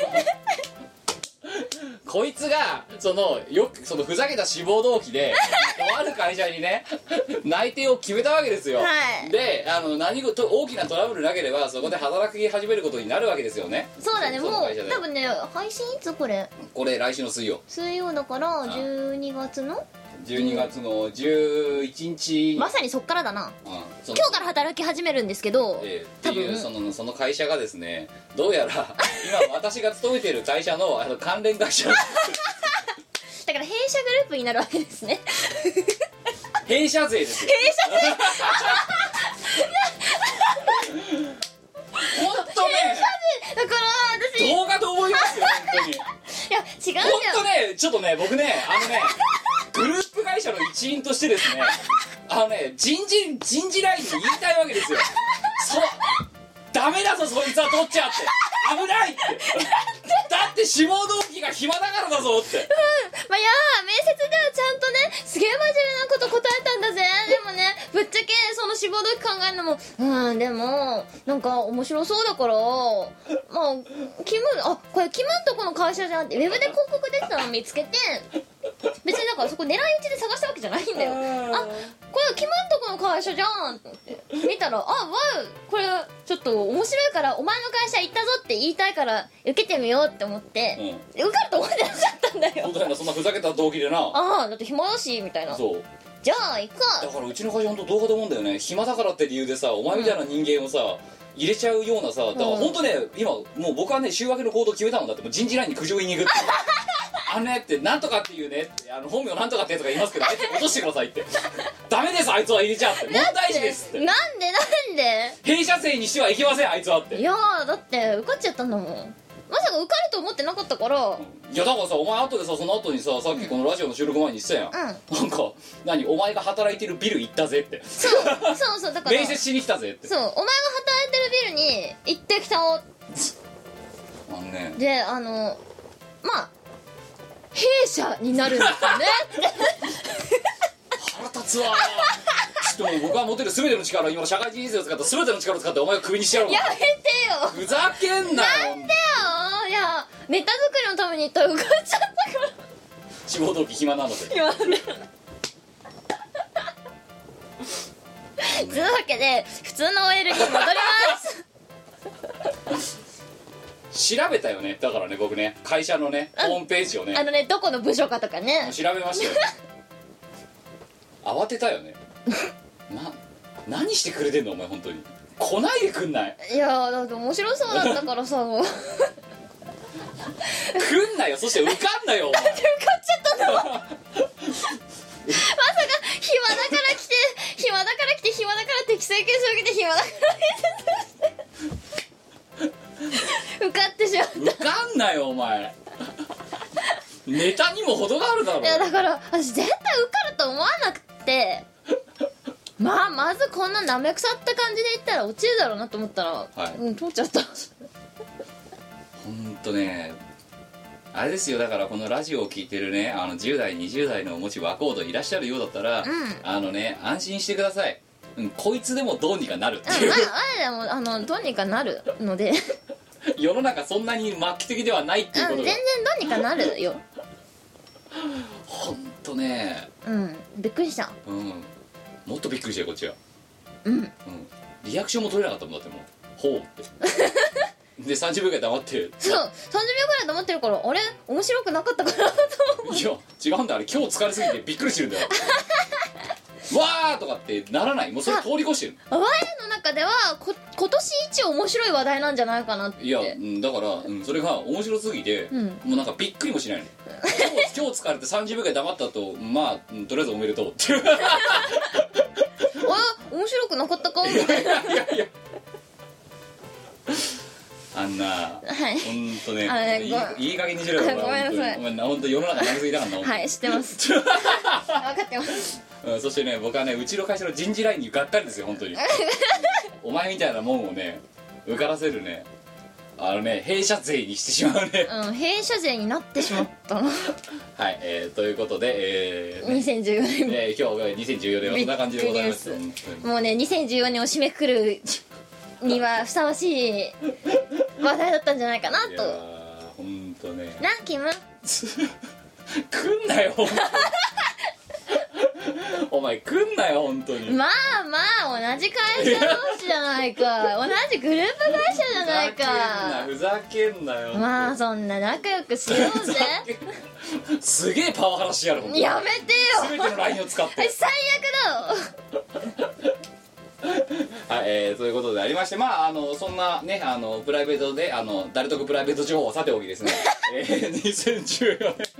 こいつがそのよくそのふざけた志望動機でとある会社にね内定を決めたわけですよ、はい、であの何事大きなトラブルなければそこで働き始めることになるわけですよね。 そうだね。もう多分ね配信いつこれこれ来週の水曜水曜だからじゅうにがつのじゅうにがつのじゅういちにちまさにそっからだな、うん、今日から働き始めるんですけど、 えー、っていうそのその会社がですねどうやら今私が勤めている会社 の, あの関連会社だから弊社グループになるわけですね弊社税ですよ。 弊社税本当ねだから私動画と思いますよ本当に。いや違うんだよ本当ねちょっとね僕ねあのねグループ会社の一員としてですねあのね人事人事ラインに言いたいわけですよ。そうダメだぞそいつは取っちゃって危ないってだって志望動機が暇だからだぞって、うん、 まあいや面接ではちゃんとねすげえ真面目なこと答えたんだぜ。でもねぶっちゃけその志望動機考えるのもうんでもなんか面白そうだからまあキムあこれキムんとこの会社じゃんってウェブで広告出てたのを見つけて別にだからそこ狙い撃ちで探したわけじゃないんだよ。あこれキムんとこの会社じゃんって見たらあわこれちょっと面白いからお前の会社行ったぞって言いたいから受けてみようって思って、うん、受かると思ってなかったんだよ。 そうだよなそんなふざけた動機でな。 ああだって暇だしみたいな。そうじゃあ行くか。 だからうちの会社本当動画で思うんだよね。暇だからって理由でさお前みたいな人間をさ、うん入れちゃうようなさだから本当ね、うん、今もう僕はね週明けの行動決めたもんだってもう人事ラインに苦情言いに行くってあのねってなんとかっていうねってあの本名なんとかってやつが言いますけどあいつ落としてくださいってダメですあいつは入れちゃって問題児ですってなんでなんで弊社生にしてはいけませんあいつはって。 いやだって受かっちゃったんだもん。まさか受かると思ってなかったから、うん、 いやだからさお前後でさその後にささっきこのラジオの収録前に言ってたやん、うん、なんか何お前が働いてるビル行ったぜってそうそうそうだから面接しに来たぜってそうお前が働いてるビルに行ってきたおあのねであのまあ弊社になるんですよね腹立つわちょっともう僕は持てる全ての力今社会人人生を使った全ての力を使ってお前をクビにしてやろうか。 やめてよふざけんなよ。 なんでよいやネタ作りのために行ったら受かっちゃったから志望動機暇なので暇でというわけで普通の オーエル に戻ります調べたよねだからね僕ね会社のねホームページをねあのねどこの部署かとかね調べましたよ慌てたよねな何してくれてんのお前本当に来ないでくんない。 いやだって面白そうだったからさもう来んなよそして受かんなよお前受かっちゃったんだわまさか暇だから来て暇だから来て暇だから適正検証受けて暇だから受かってしまった。 受かんなよお前ネタにも程があるだろ。 いやだから私絶対受かると思わなくてまあまずこんななめくさった感じで言ったら落ちるだろうなと思ったら、はい、うん通っちゃったほんとねあれですよだからこのラジオを聞いてるねあのじゅう代にじゅう代のお持ち若人いらっしゃるようだったら、うん、あのね安心してください、うん、こいつでもどうにかなるっていう、うん、 あれでもあのどうにかなるので世の中そんなに末期的ではないっていうことが、 うん、全然どうにかなるよほんとね、 うんびっくりした。 うんもっとびっくりしたよこっちは。 うんうんリアクションも取れなかったもんだってもうほうってでさんじゅうびょうぐらい黙ってそうさんじゅうびょうぐらい黙ってるから、あれ面白くなかったかなと思う。 いや違うんだ、あれ今日疲れすぎてびっくりしてるんだよわーとかってならない、もうそれ通り越してる。 我の中ではこ今年一面白い話題なんじゃないかなって。 いや、うん、だから、うん、それが面白すぎて、 うん、 もうなんかびっくりもしないの今日、今日疲れてさんじゅうびょうぐらい黙ったと、まあ、うん、とりあえずおめでとうっていうあ面白くなかったかみたいな。いやいやいやあんな、 はい、 ほんとね、 ねいい、いい加減にしろよ。 ごめんなさい。 お前ほんと世の中長すぎだからな。 はい、知ってます分かってます、 うん、そしてね、僕はね、うちの会社の人事ラインにがっかりですよ、本当にお前みたいなもんをね、受からせるね、あのね、弊社税にしてしまうね。 うん、弊社税になってしまったのはい、えー、ということで、えーね、 にせんじゅうよねん、 えー、今日がにせんじゅうよねんはそんな感じでございます。 もうね、にせんじゅうよねんを締めくくるにはふさわしい話題だったんじゃないかなと。いやーほんとねなキム来んなよお前来んなよ本当に。まあまあ同じ会社同士じゃないか同じグループ会社じゃないか。 ふざけんなよ。 まあそんな仲良くしようぜすげえパワハラしてやる。 やめてよ全てのラインを使って最悪だろはい、えー、ということでありまして、まああのそんなね、あのプライベートであの誰得プライベート情報をさておきですね、えー、にせんじゅうよねん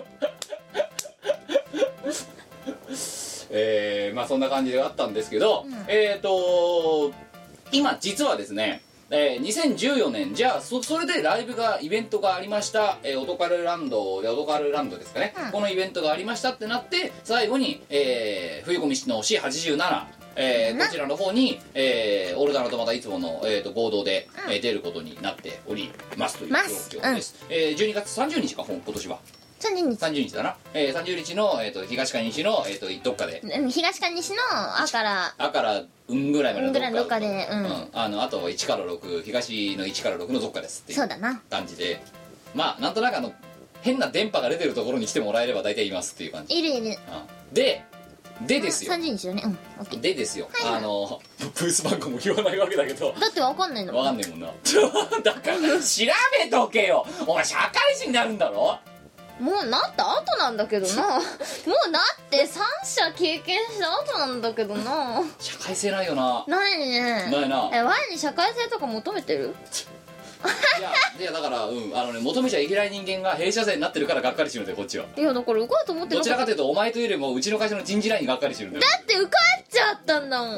えー、まあそんな感じであったんですけど、うん、えーと今実はですね、えー、にせんじゅうよねんじゃあ そ, それでライブがイベントがありました、えー、オトカルランドでオトカルランドですかね、うん、このイベントがありましたってなって最後に、えー、冬込みの シーはちじゅうなな、えー、こちらの方に、えー、オルタナとまたいつもの、えー、と合同で、うんえー、出ることになっておりますという状況です、うんえー、じゅうにがつさんじゅうにちか今年はさんじゅうにちさんじゅうにちだな、えー、さんじゅうにちの、えー、と東か西の、えー、とどっかで東か西のあからあからうんぐらいまでのどっかどっかで、うんうん、あのあといちからろく東のいちからろくのどっかですっていう感じで、まあなんとなくあの変な電波が出てるところに来てもらえれば大体いますっていう感じ。 いるいる、 うん、ででですよ、 さんじゅうにちだね、うん、オッケーでですよ、 はいはい、 あのブース番号も言わないわけだけどだってわかんないのわかんねえもんなだから調べとけよ、お前社会人になるんだろ。 もうなった後なんだけどなもうなってさん社経験した後なんだけどな。 社会性ないよな。 ないね。 ないな。 え、ワイに社会性とか求めてるいや、いやだからうんあのね求めちゃいけない人間が弊社税になってるからがっかりしてるんだよこっちは。 いやだから受かると思ってる。 どちらかというとお前というよりもうちの会社の人事ラインにがっかりしてるんだよ。 だって受かっちゃったんだもん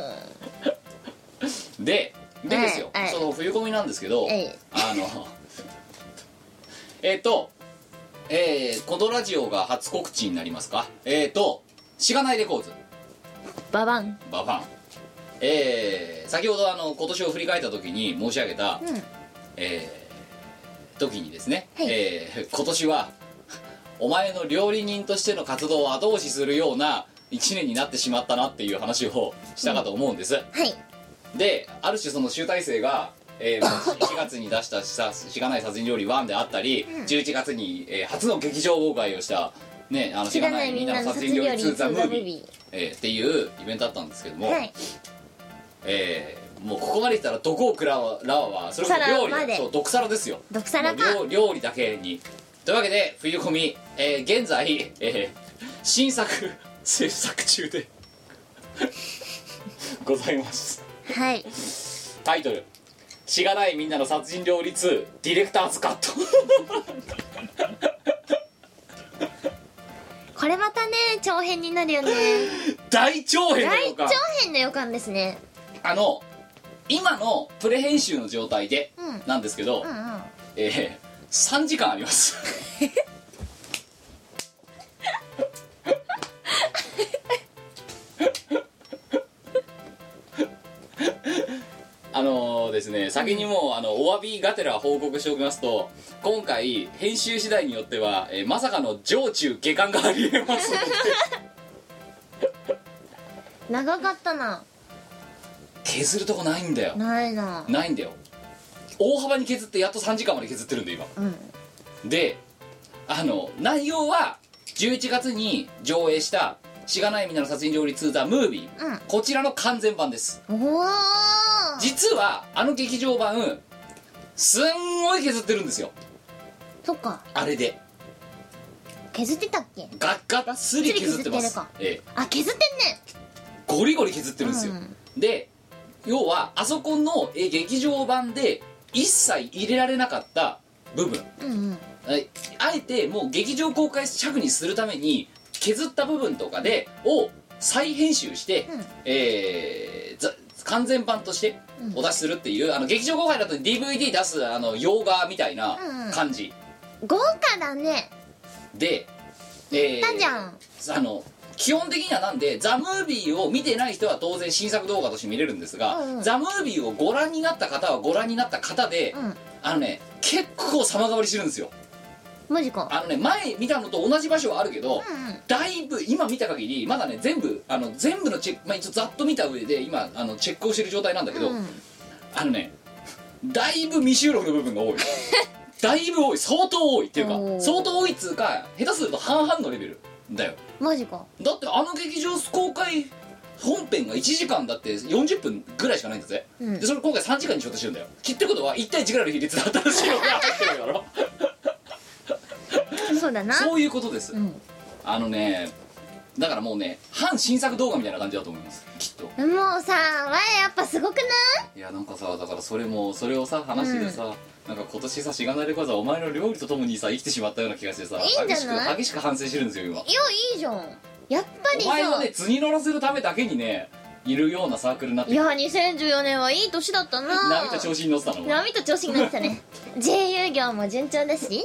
ででですよ、その冬込みなんですけど、あのえっとえー、このラジオが初告知になりますか。えーとしがないレコーズババンババンえー、先ほどあの今年を振り返った時に申し上げた、うんえー、時にですね、はいえー、今年はお前の料理人としての活動を後押しするようないちねんになってしまったなっていう話をしたかと思うんです、うん、 はいである種その集大成がえー、しがつに出したししがない殺人料理ワンであったり、うん、じゅういちがつに、えー、初の劇場公開をしたね、あのしがないみんなの殺人料理ツーザムービー、えー、っていうイベントだったんですけども、はいえー、もうここまで来たらどこを食らわらわはそれこそ料理そう毒皿ですよ。 毒皿か料料理だけにというわけで冬込み、えー、現在、えー、新作制作中でございますはいタイトルしがないみんなの殺人料理ツーディレクターズカットこれまたね長編になるよね大長編の予感大長編の予感ですね。 あの今のプレ編集の状態で、うん、なんですけど、 うんうんえー、さんじかんありますあのー、ですね先にもうあのお詫びがてら報告しておきますと今回編集次第によっては、えー、まさかの上中下巻がありえますので長かったな。 削るとこないんだよ。 ないなないんだよ。大幅に削ってやっとさんじかんまで削ってるんで今、 うん、 であの内容はじゅういちがつに上映したしがないみんなの殺人料理ツーザムービー、 うん、 こちらの完全版です。 おお、 実はあの劇場版すんごい削ってるんですよ。 そっか、 あれで削ってたっけ。 ガッガッツリ削ってます。ええ、 あ、削ってんね。 ゴリゴリ削ってるんですよ、うん、で要はあそこのえ劇場版で一切入れられなかった部分、うんうん、あえてもう劇場公開尺にするために削った部分とかでを再編集して、うん、えー、完全版としてお出しするっていう、うん、あの劇場公開だと ディーブイディー 出すあの洋画みたいな感じ、 うんうん、豪華だね。 で、 えー、言ったじゃん。 あの基本的にはなんでザ・ムービーを見てない人は当然新作動画として見れるんですが、うんうん、ザ・ムービーをご覧になった方はご覧になった方で、うん、あのね結構様変わりしてるんですよ。 マジか。 あのね前見たのと同じ場所はあるけど、うんうん、だいぶ今見た限りまだね全部あの全部のチェック、まあ、一応ざっと見た上で今あのチェックをしてる状態なんだけど、うん、あのねだいぶ未収録の部分が多いだいぶ多い、相当多いっていうか相当多いっつうか下手すると半々のレベルだよ。 マジか。 だってあの劇場公開本編がいちじかんだってよんじゅっぷんぐらいしかないんだぜ、うん、でそれ今回さんじかんにしようとしてるんだよ。切ってことはいち対いちぐらいの比率で新しいのが入ってるだろそうだな、 そういうことです、うん、あのねだからもうね反新作動画みたいな感じだと思いますきっと。 もうさ前やっぱすごくない？ いやなんかさだからそれもそれをさ話でさ、うん、なんか今年さしがないレコードはお前の料理とともにさ生きてしまったような気がしてさ、 いいんじゃない？ 激しく激しく反省してるんですよ今。いやいいじゃん。やっぱりさお前をね図に乗らせるためだけにねいるようなサークルになって。 いやにせんじゅうよねんはいい年だったな。 波と調子に乗ってたの。 波と調子に乗ってたね自由業も順調だし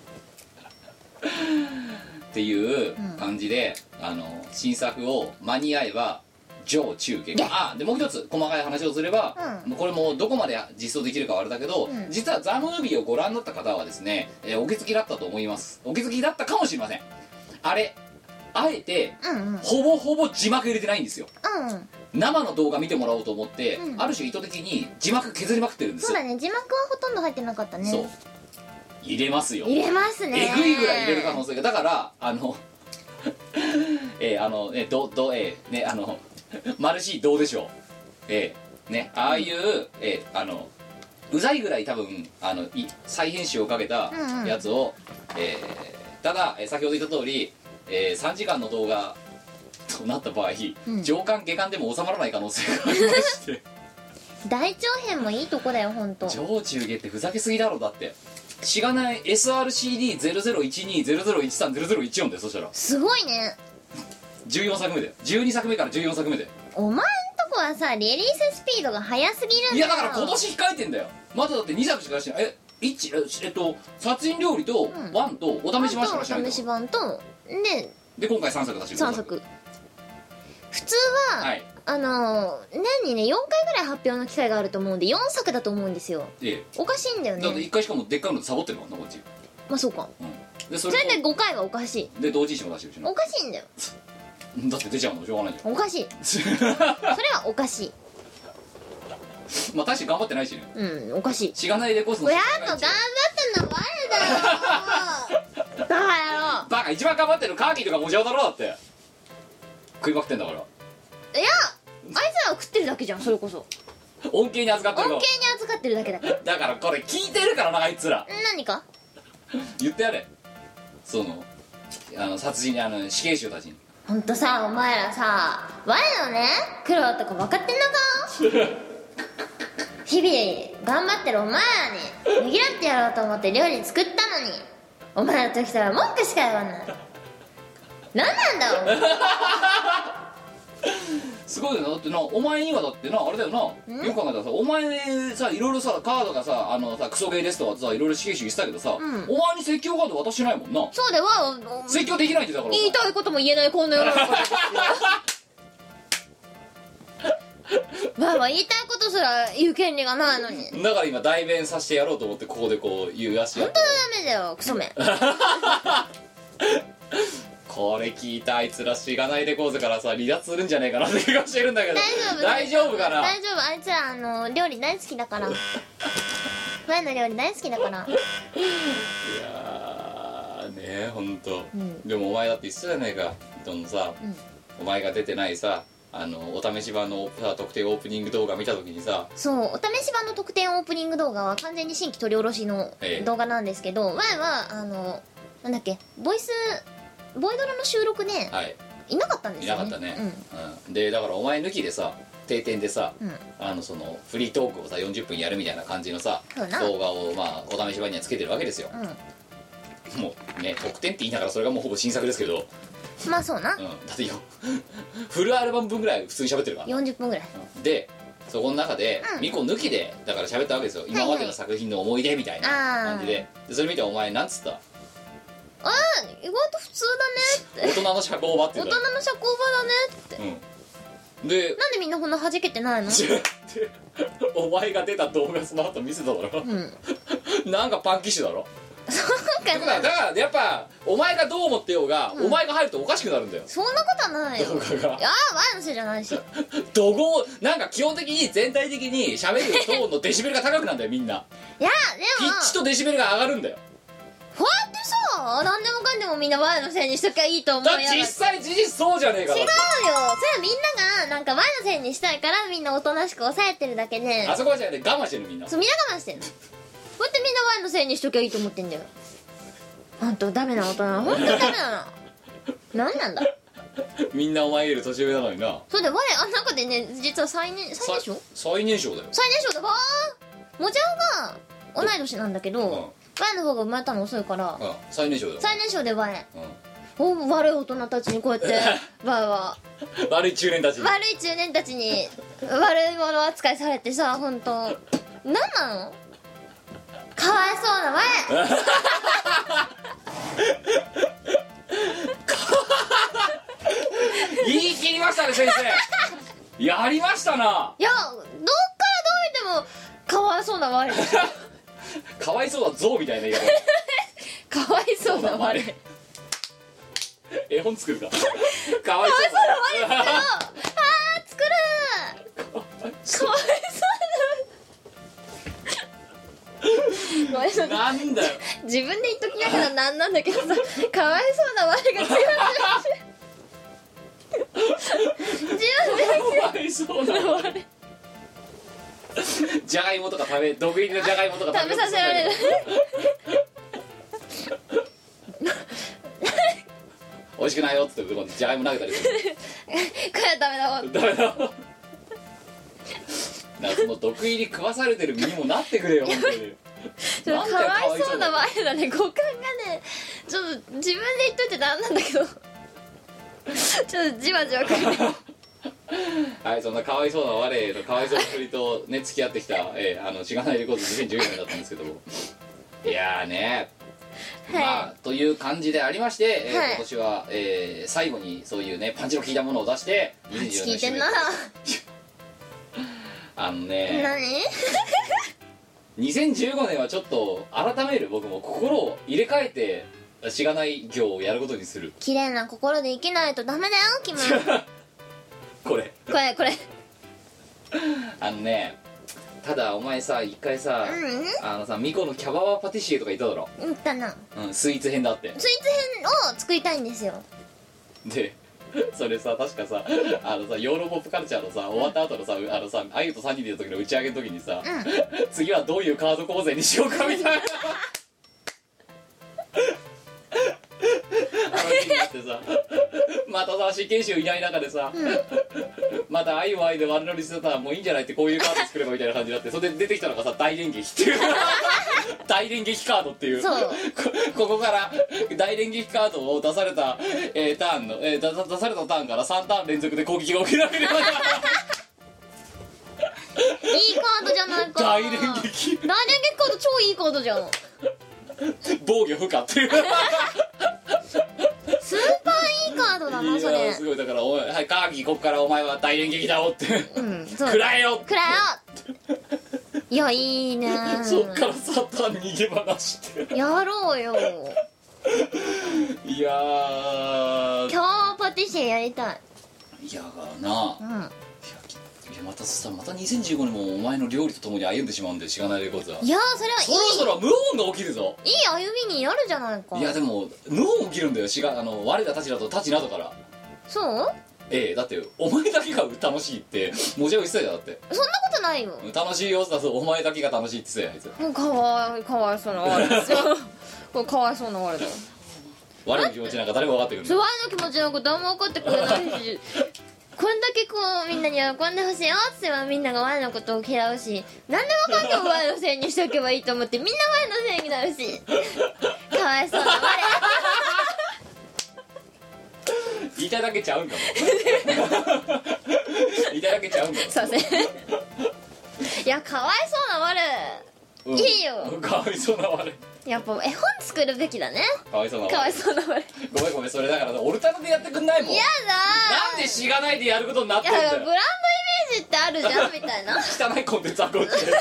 っていう感じで、うん、あの新作を間に合えば上中下、あでもう一つ細かい話をすれば、うん、これもどこまで実装できるかはあれだけど、うん、実はザ・ムービーをご覧になった方はですね、えー、お気づきだったと思います。お気づきだったかもしれません。あれあえて、うんうん、ほぼほぼ字幕入れてないんですよ、うん、生の動画見てもらおうと思って、うん、ある種意図的に字幕削りまくってるんです。 そうだね、字幕はほとんど入ってなかったね。 そう入れますよ。 入れますね。 えぐいぐらい入れる可能性が。だからあのえー、あのねどどえー、ねあのマルシーどうでしょう。えー、ねああいう、うん、えー、あのうざいぐらい多分あのい再編集をかけたやつを、うんうん、えー、ただ、えー、先ほど言った通り、えー、さんじかんの動画となった場合、うん、上巻下巻でも収まらない可能性がありまして大長編もいいとこだよ本当。 上中下ってふざけすぎだろ。だってしがない エスアールシーディーゼロゼロいちにゼロゼロいちさんゼロゼロいちよん でそしたらすごいね。 じゅうよんさくめでじゅうにさくめからじゅうよんさくめで。 お前んとこはさリリーススピードが速すぎるんだよ。 いやだから今年控えてんだよ。まだだってにさくしか出してない。えいちえっと殺人料理とワンとお試し版しか出してないんだよ。 お試し版とでで今回さんさく出してる。 さんさく普通は、はい、あの年にねよんかいぐらい発表の機会があると思うんでよんさくだと思うんですよ。ええ、おかしいんだよね。 だっていっかいしかもでっかいのでサボってるもんなこっち。 まあそうか、うん、でそれでごかいはおかしい。 で同時誌も出してるしな。 おかしいんだよだって出ちゃうのしょうがないじゃん。 おかしいそれはおかしいまあ大して頑張ってないしね。 うんおかしい。 しがないレコースのやっぱ頑張ってんのは我だよバカ野郎。 バカ一番頑張ってるカーキーとかもじゃだろ。だって食いまくってんだから。 いやあいつらは食ってるだけじゃん。それこそ恩恵に預かってるの。 恩恵に預かってるだけだからだからこれ聞いてるからなあいつら。 何か言ってやれ。そのあの殺人にあの死刑囚たちに。 ほんとさお前らさ我のね苦労とか分かってんのか日々頑張ってるお前らにねぎらってやろうと思って料理作ったのにお前らと来たら文句しか言わない。何なんだお前すごいよな。だってなお前にはだってなあれだよな、よく考えたらさお前さいろいろさカードがさあのさクソゲーですとかさいろいろ死刑囚言ってたけどさ、うん、お前に説教カード渡してないもんな。 そうでは説教できないってだから言いたいことも言えないこんな世の中ですよまあまあ言いたいことすら言う権利がないのに。 だから今代弁させてやろうと思ってここでこう言うやしや本当はダメだよクソめこれ聞いたあいつらしがないレコーズからさ離脱するんじゃねえかなって気がしてるんだけど大丈夫かな。 大丈夫あいつらあの料理大好きだから前の料理大好きだから。いやーねえほんと、 うん、 でもお前だって言ってたじゃないかどのさ、 うん、 お前が出てないさあのお試し版のさ特典オープニング動画見た時にさ、 そうお試し版の特典オープニング動画は完全に新規取り下ろしの動画なんですけど、ええ、前はあのなんだっけボイスボイドラの収録ね、はい、いなかったんですよね。 いなかったね、うんうん、でだからお前抜きでさ定点でさ、うん、あのそのフリートークをさよんじゅっぷんやるみたいな感じのさ動画をまあお試し版にはつけてるわけですよ、うん、もうね特典って言いながらそれがもうほぼ新作ですけど、 まあそうな、うん、 だってよフルアルバム分ぐらい普通に喋ってるからよんじゅっぷんぐらい、 うん、でそこの中で、うん、ミコ抜きでだから喋ったわけですよ、はいはい、今までの作品の思い出みたいな感じ で, でそれ見てお前なんつった？ あー意外と普通だねって大人の社交場って言った大人の社交場だねって、うん、でなんでみんなこんな弾けてないのお前が出た動画その後見せただろ、うん、なんかパンキッシュだろそうかな。だからやっぱお前がどう思ってようが、うん、お前が入るとおかしくなるんだよ。 そんなことはないよ。 動画がいやー前のせいじゃないし怒号なんか基本的に全体的に喋るトーンのデシベルが高くなんだよみんな。 いやでもピッチとデシベルが上がるんだよ。 こうやってさ何でもかんでもみんな前のせいにしときゃいいと思うやだ実際事実そうじゃねえか。 違うよ。それはみんながなんか前のせいにしたいからみんなおとなしく抑えてるだけで、 あそこはじゃね我慢してるみんな。 そうみんな我慢してるこうやってみんな前のせいにしときゃいいと思ってんだよ。ほんとダメな大人ほんとダメだな何なんだみんなお前より年上なのにな。 そうだよ我あん中でね実は最年最年少最年少だよ。 最年少だわー。もちゃんが同い年なんだけど、うん、我の方が生まれたの遅いから、 うん、最年少だよ。 最年少で我、うん、悪い大人たちにこうやって我は悪い中年たちに悪い中年たちに悪いもの扱いされてさほんと何なのかわいそうな我言い切りましたね先生やりましたな。 いやどっからどう見てもかわいそうな我かわいそうな象みたいな言い方かわいそうな我絵本作るかかわいそうな我あー作るかわいそうごめんなさいなんだよ自分で言っときながらなんなんだけどさかわいそうな我が強い自分でかわいそうな我じゃがいもとか食べ毒入りのじゃがいもとか食べさせられる美味しくないよっつってじゃがいも投げたりするこれはダメだわダメだわなその毒入り食わされてる身にもなってくれよ本当にちょっとかわいそうな我だね五感がねちょっと自分で言っといてなんなんだけどちょっとじわじわくるはいそんなかわいそうな我のかわいそうな振りとね付き合ってきた、えー、あのしがないレコードにせんじゅうよねんだったんですけどもいやーねはい、まあという感じでありまして、えーはい、今年は、えー、最後にそういうねパンチの効いたものを出してパンチ効いてんなあのね何にせんじゅうごねんはちょっと改める僕も心を入れ替えてしがない業をやることにする。 綺麗な心で生きないとダメだよキムこれこれこれあのねただお前さ一回さ、うん、あのさミコのキャババパティシエとか言っただろ。 言ったな、 うん、スイーツ編だって。 スイーツ編を作りたいんですよ。 でそれさ確かさあのさヨーロポップカルチャーのさ終わった後のさあのさあゆとさんにんでいた時の打ち上げの時にさ、うん、次はどういうカード構成にしようかみたいな話になってさまたさ真剣宗いない中でさ、うん、また愛を愛で悪乗りしてたらもういいんじゃないってこういうカード作ればみたいな感じになってそれで出てきたのがさ大連撃っていう大連撃カードっていうそうこ, ここから大連撃カードを出された、えー、ターンの、えー、出, 出されたターンからさんターン連続で攻撃が起きられるようないいカードじゃないか。 大連撃大連撃カード超いいカードじゃん防御不可っていうスーパーいいカードだなそれ。 すごいだからおい、はい、カーギーこっからお前は大連撃だおって、うん、食らえよ食らえよいやいいねそっからサタン逃げ離してやろうよいやー今日パティシエやりたい。 いやがな、うん、いやまたそしたらまたにせんじゅうごねんもお前の料理とともに歩んでしまうんでしがないレコーズは。 いやーそれはいいそろそろ謀反が起きるぞ。 いい歩みになるじゃないか。 いやでも謀反起きるんだよ。しがあの我らたちだとたちなどから。 そう？ ええだってお前だけが楽しいってもちろん言ってたじゃん。だってそんなことないよ。 楽しい様子だとお前だけが楽しいって言ってたよあいつ。 もうかわいかわいそうな我ですよこれかわいそうな我だよ。 我の気持ちなんか誰も分かってくる。 そう我の気持ちなんか誰も分かってくれないしこんだけこうみんなに喜んでほしいよってはみんなが我のことを嫌うし、何でもかんでも我のせいにしておけばいいと思ってみんな我のせいになるしかわいそうな我言いたいだけちゃうんだもん言いたいだけちゃうんだもん。 すいませんいやかわいそうな我、うん、いいよ。 かわいそうな我やっぱ絵本作るべきだね。 かわいそうな我かわいそうな我ごめんごめんそれだからオルタナでやってくんないもん。 やだなんでしがないでやることになってんだよ。 いやブランドイメージってあるじゃんみたいな汚いコンテンツはこっちで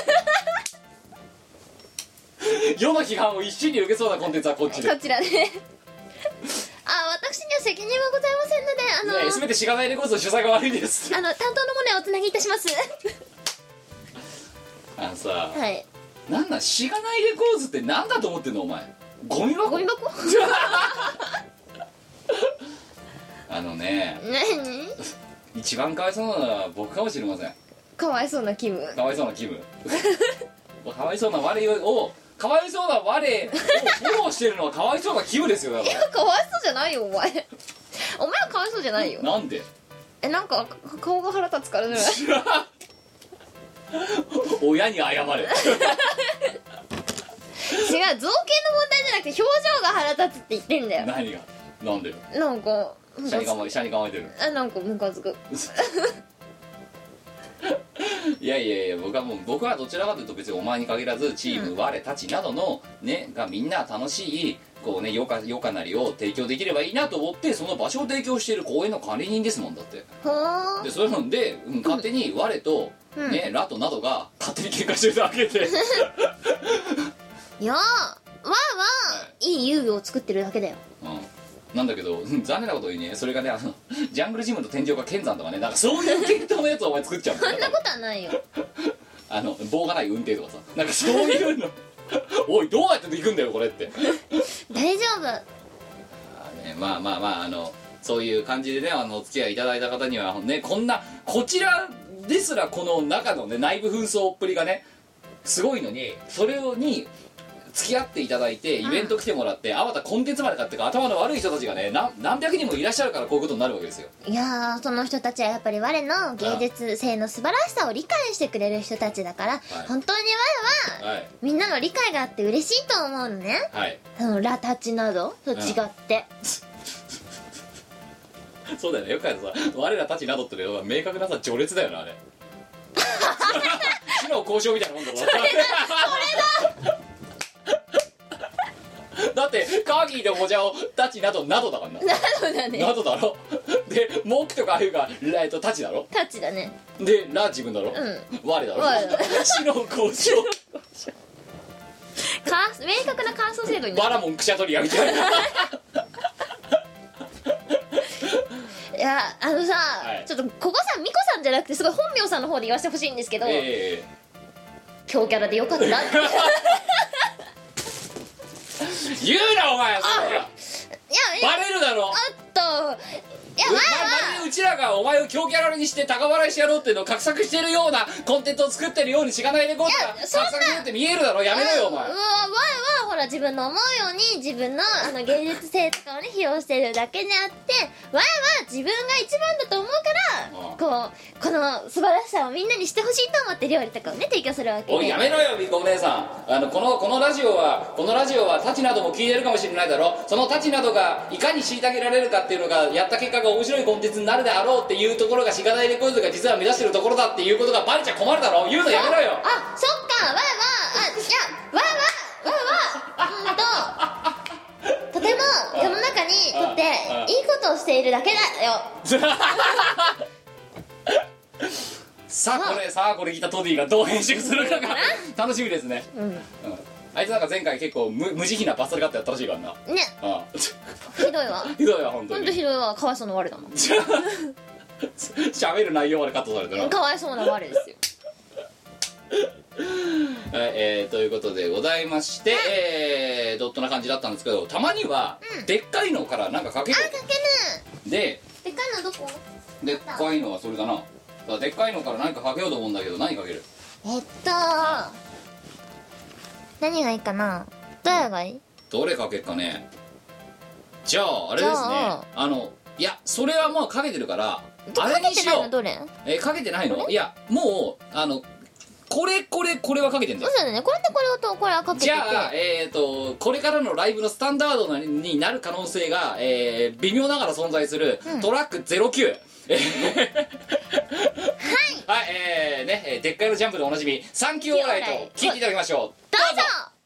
世の批判を一心に受けそうなコンテンツはこっちでこちらであ、私には責任はございませんので、あのね、全てしがないレコードの主催が悪いです。 あの担当の旨をおつなぎいたしますあのさ、 はい、 なんだしがないレコーズってなんだと思ってんのお前。ゴミ箱ゴミ箱あのね何一番かわいそうなのは僕かもしれません。 かわいそうなキムかわいそうなキムかわいそうな我をかわいそうな我をフォローしてるのはかわいそうなキムですよ。だからいやかわいそうじゃないよお前お前はかわいそうじゃないよ。 なんでえなんか顔が腹立つからじゃない親に謝れ違う造形の問題じゃなくて表情が腹立つって言ってんだよ。 何がなんでよ。 なんかシャに構えシャに構えてる。 あなんかムカつくいやいやいや僕はもう僕はどちらかというと別にお前に限らずチーム、うん、我たちなどのねがみんな楽しいこうね余暇余暇なりを提供できればいいなと思ってその場所を提供している公園の管理人ですもん。だってはでそういうので、うん、勝手に我と、うん、ねラトなどが勝手に喧嘩してるだけでいやーわーは、はい、いい遊具を作ってるだけだよ。 うんなんだけど残念なことにねそれがねあのジャングルジムと天井が剣山とかねなんかそういう系統のやつをお前作っちゃうんだよ。 そんなことはないよあの棒がない運転とかさなんかそういうのおいどうやってできるんだよこれって大丈夫あ、ね、まあまあまああのそういう感じでねあのお付き合いいただいた方にはねこんなこちらですらこの中のね内部紛争っぷりがねすごいのにそれに付き合っていただいてイベント来てもらって、うん、あわたコンテンツまで買ってか頭の悪い人たちがね何何百人もいらっしゃるからこういうことになるわけですよ。 いやーその人たちはやっぱり我の芸術性の素晴らしさを理解してくれる人たちだから、はい、本当に我は、はい、みんなの理解があって嬉しいと思うのね、はい、そのラタチなどと違って、 うん、そうだよねよくあるさ我らたちなどってのは明確なさ序列だよなあれ死の交渉みたいなもんだろ。それだそれだだってカーギーでもじゃおタチなどなどだからな。 などだね。 などだろ。でモクとかああいうがえっとタチだろ。 タチだね。 でラ自分だろ。うん。我だろ。我だ。死の交渉。 か明確な感想制度になる。 バラモンクシャトリアみたいな。 いやあのさ、はい、ちょっとここさんミコさんじゃなくてすごい本名さんの方で言わせてほしいんですけど、えー、強キャラでよかった言うなお前それ。いやバレるだろ。 あっといや前はまるでうちらがお前を強キャラにして高笑いしてやろうっていうのを画策してるようなコンテンツを作ってるようにしがないレコードが画策してるって見えるだろ。やめろよお前。うわ前はほら自分の思うように自分のあの芸術性とかをね披露してるだけであって前は自分が一番だと思うからこうこの素晴らしさをみんなにしてほしいと思って料理とかをね提供するわけで。 おいやめろよみこお姉さん。あのこのこのラジオはこのラジオはタチなども聞いてるかもしれないだろ。そのタチなどがいかに虐げられるかっていうのがやった結果が面白いコンテンツになるであろうっていうところがしがないレコードが実は目指してるところだっていうことがバレちゃ困るだろ。言うのやめろよ。 あそっかわいはあいやわいはわいはうんととても世の中にとっていいことをしているだけだよさあこれさあこれ聞いたトディがどう編集するかが楽しみですね。うん、うん、あいつなんか前回結構 無, 無慈悲なバッサリカットやったらしいからな。ねああひどいわひどいわ本当に。 本当ひどいわ。かわいそうな我だもん喋る内容までカットされてる。 かわいそうな我ですよ。 はい、えー、ということでございまして、えー、どっとな感じだったんですけど、たまには、うん、でっかいのからなんかかける。 あ、かける。 で、 でっかいのどこ？ でっかいのはそれだな。だからでっかいのから何かかけようと思うんだけど、何かける？ えっと何がいいかな。どれがいい？ どれかけっかね。じゃああれですね、あのいやそれはもうかけてるからあれにしよう。 どれ？ えかけてないの？いやもうあのこれこれこれはかけてんだよ。 そうだね。これとこれとこれはかけてて。 じゃあえっ、ー、とこれからのライブのスタンダードになる可能性が、えー、微妙ながら存在する、うん、トラックゼロきゅう。はい、はい、えー、ね、でっかいのジャンプでおなじみサンキューオーライと聞いていただきましょう。どうぞ。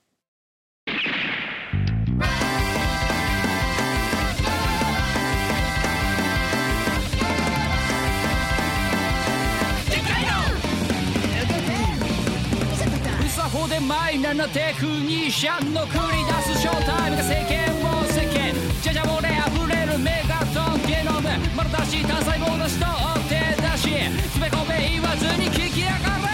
でマイナーなテクニシャンの繰り出すショータイムが世間を世間じゃじゃ漏れ溢れるメガトンゲノム丸出し単細胞の人を手出し詰め込め言わずに聞きやがれ。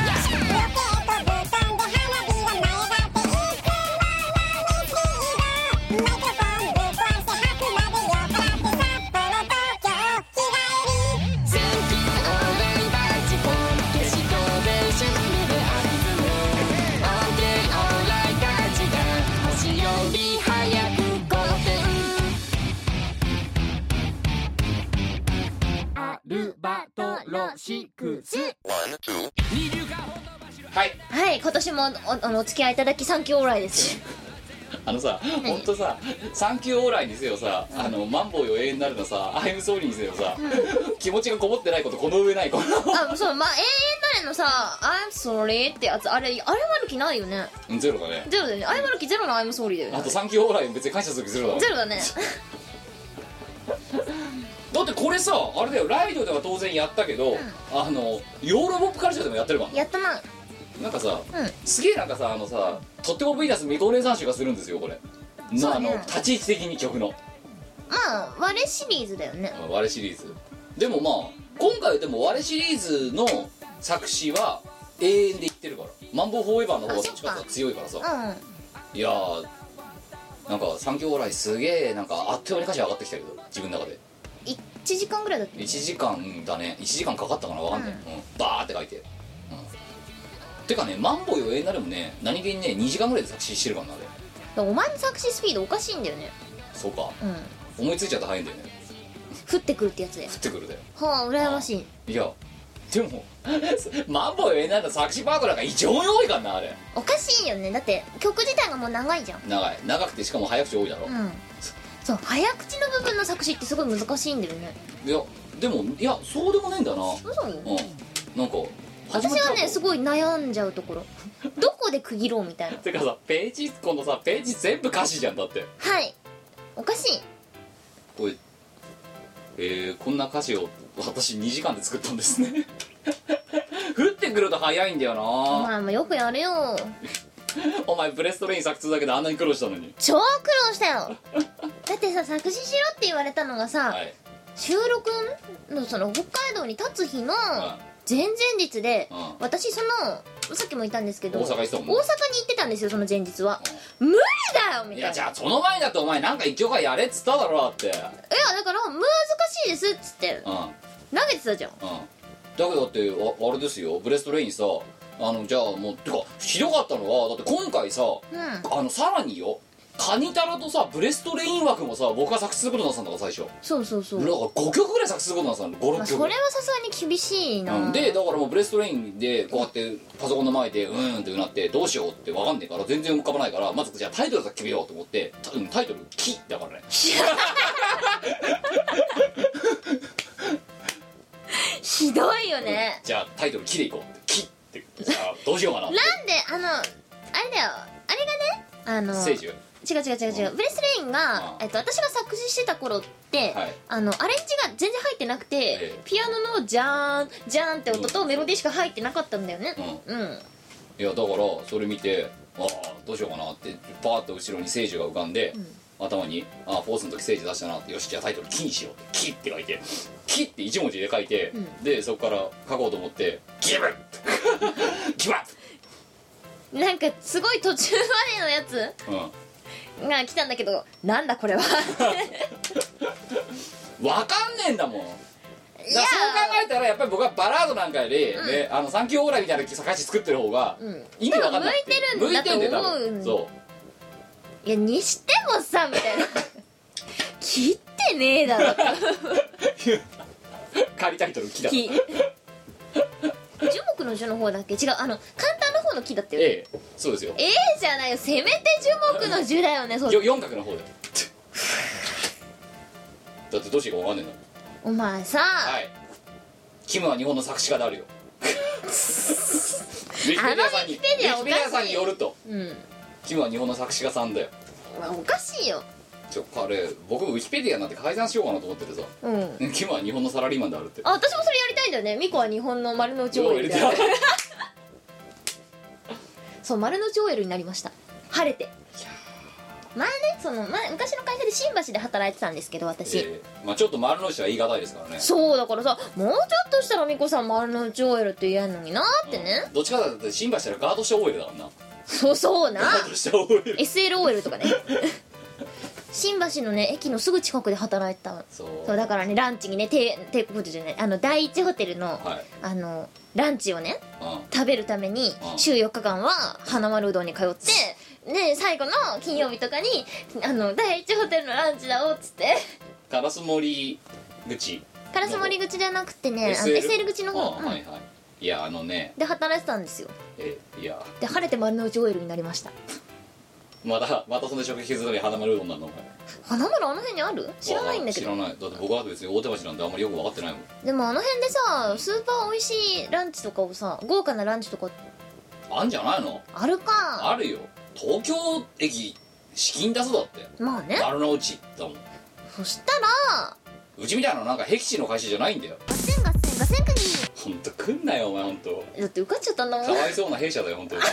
はいはい今年も お, あのお付き合いいただきサンキューオーライですよ。 あのさ、ほんとさ、サンキューオーライにせよさ、あのマンボウよ永遠になるのさ、アイムソーリーにせよさ、うん、気持ちがこもってないことこの上ないこのあ、そう、まあ永遠なれのさ I'm sorry ってやつ、あれ謝る気ないよね。 ゼロだね。 ゼロだよね。謝る気ゼロの I'm sorry だよね。 あとサンキューオーライ別に感謝する気ゼロだもん。 ゼロだねだってこれさ、あれだよ、ライドでは当然やったけど、うん、あのヨーロボップカルチャーでもやってるからやったな。 なんかさ、 うん、 すげえなんかさ、あのさ、とってもヴィーナス未公認参集がするんですよこれ。の、ね、あの立ち位置的に曲のまあ我シリーズだよね。 我シリーズでもまあ今回でも我シリーズの作詞は永遠で言ってるから、マンボウフォーエバーの方がどっちかって強いからさ、うん、いやーなんかサンキューオーライすげえなんかあっという間に歌詞上がってきたけど自分の中でいちじかんぐらいだった。 いちじかんだね。いちじかんかかったかなわかんない、うんうん、バーって書いて、うん、てかねマンボウよ永遠なれもね何気にねにじかんぐらいで作詞してるからなあれ。 お前の作詞スピードおかしいんだよね。 そうか、 うん、 思いついちゃったら早いんだよね。 降ってくるってやつで。降ってくるだよ。 はあ羨ましい。 いやでもマンボウよ永遠なれの作詞パートなんか異常に多いからなあれ。 おかしいよね。だって曲自体がもう長いじゃん。 長い長くてしかも早口多いだろ、うん、 そう早口の部分の作詞ってすごい難しいんだよね。 いやでもいやそうでもねえんだな。 そうよ、 うん、なんか私はねすごい悩んじゃうところどこで区切ろうみたいな。 てかさページこのさページ全部歌詞じゃんだって。 はいおかしい。 これえー、こんな歌詞を私にじかんで作ったんですね降ってくると早いんだよな。 お前もよくやるよお前ブレストレイン作通だけであんなに苦労したのに。 超苦労したよだってさ作詞しろって言われたのがさ、はい、収録のその北海道に立つ日の、はい前々日で、うん、私そのさっきも言ったんですけど大阪行ったもん、 大阪に行ってたんですよその前日は、うん、無理だよみたいな。いやじゃあその前だってお前なんか一曲はやれっつっただろだって。いやだから難しいですっつって、うん、投げてたじゃん、うん、だけどだってあ、あれですよブレストレインさあのじゃあもうてかひどかったのはだって今回さ、うん、あのさらによカニタラとさブレストレイン枠もさ僕が作詞することになったんだから最初。 そうそうそうだからごきょくぐらい作詞することになったんだ。ご、ろっきょく、まあ、 それはさすがに厳しいな、 うん、でだからもうブレストレインでこうやってパソコンの前でうーんってうなってどうしようって分かんねえから全然浮かばないからまずじゃあタイトルだけ決めようと思ってタ, タイトル「キ」だからねひどいよね。 じゃあタイトル「キ」でいこうって「キ」ってじゃあどうしようかなってなんであのあれだよあれがねあの聖樹違う違う違う違う、うん、ブレスレインが、えっと、私が作詞してた頃って、はい、あのアレンジが全然入ってなくて、ええ、ピアノのジャーンジャーンって音とメロディーしか入ってなかったんだよね。うん、うん、 いやだからそれ見てああどうしようかなってパーッと後ろに聖樹が浮かんで、うん、頭にあフォースの時聖樹出したなってよしじゃあタイトル「キ」にしようって「キ」って書いて「キ」っていち文字で書いて、うん、でそこから書こうと思ってギブギバッなんかすごい途中までのやつ、うん、が来たんだけどなんだこれはわかんねえんだもん。だそう考えたらやっぱり僕はバラードなんかより、うんね、あのサンキューオーライみたいな歌詞作ってる方が意味わかんない、 向いてるんだと思うんだ。そういやにしてもさみたいな切ってねえだろ仮タイトル木だ樹木の樹の方だっけ。違う、あの簡単の方の木だったよ。 ええそうですよ。 ええじゃないよ、せめて樹木の樹だよね。そう四角の方でだってどうしていいかわかんねえんだお前さ、 はい、キムは日本の作詞家であるよウィキペディアさんにウィキペディアさんによると、うん、キムは日本の作詞家さんだよ。 おかしいよ。 ちょ彼僕ウィキペディアなんて改ざんしようかなと思っててさ、うん、キムは日本のサラリーマンであるって。 あ、私もそれやりたいんだよね。ミコは日本の丸の内 オーエル であるそう丸の内 オーエル になりました。晴れて。前ね、その前昔の会社で新橋で働いてたんですけど私、えー、まあちょっと丸の内は言い難いですからね。 そうだからさ、もうちょっとしたら美子さん丸の内 オーエル って言えんのになってね、 うん、どっちかだって新橋からガードした オーエル だからな。 そうそうなガードした オーエルエスエルオーエル とかね新橋のね駅のすぐ近くで働いてたの。そうそうだからね、ランチにね帝国ホテルじゃない、あの第一ホテルの、はい、あのランチをね、うん、食べるために週よっかかんは花丸うどんに通ってで最後の金曜日とかにあの第一ホテルのランチだおっつって烏森口烏森口じゃなくてね エスエル? エスエル 口の方、 あ、うん、はいはい。いやあのねで働いてたんですよ。 えいやで晴れて丸の内 オーエル になりましたまたまたその食費削るに花丸うどんなの。 花丸あの辺にある？知らないんだけど。 知らない。だって僕は別に大手橋なんであんまりよく分かってないもん。 でもあの辺でさスーパー美味しいランチとかをさ豪華なランチとかあんじゃないの？ あるか。 あるよ。東京駅資金出すだってまあね丸の内だもん。 そしたらうちみたいななんか僻地の会社じゃないんだよ。 ガセンガセンガセンクニほんと来んなよお前ほんと。 だって受かっちゃったんだもん。 かわいそうな弊社だよほんとかわい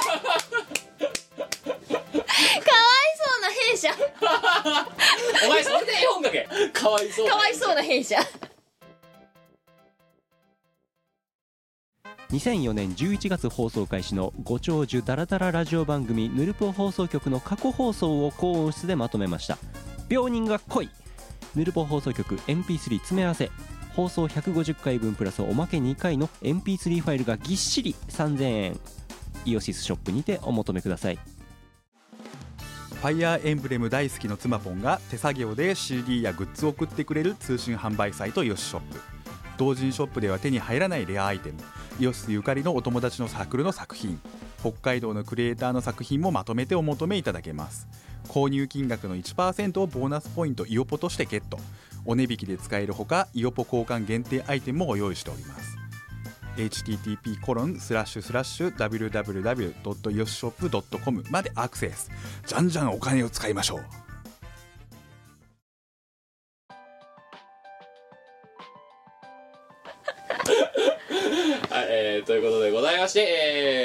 そうな弊社お前それで絵本書け。かわいそうかわいそうな弊社。 にせんよねんじゅういちがつ放送開始のご長寿ダラダララジオ番組ヌルポ放送局の過去放送を高音質でまとめました。病人が来いヌルポ放送局 エムピースリー 詰め合わせ放送ひゃくごじゅっかいぶんプラスおまけにかいの エムピースリー ファイルがぎっしりさんぜんえんイオシスショップにてお求めください。 ファイアーエンブレム大好きの妻ポンが手作業で シーディー やグッズを送ってくれる通信販売サイトイオシスショップ。同人ショップでは手に入らないレアアイテム、イオシスゆかりのお友達のサークルの作品、北海道のクリエイターの作品もまとめてお求めいただけます。購入金額の いちパーセント をボーナスポイントイオポとしてゲット。お値引きで使えるほかイオポ交換限定アイテムもご用意しております。 エイチティーティーピーコロンスラッシュスラッシュダブリューダブリューダブリュードットイオシショップドットコム までアクセス。じゃんじゃんお金を使いましょう。 はい、えー、ということでございまして、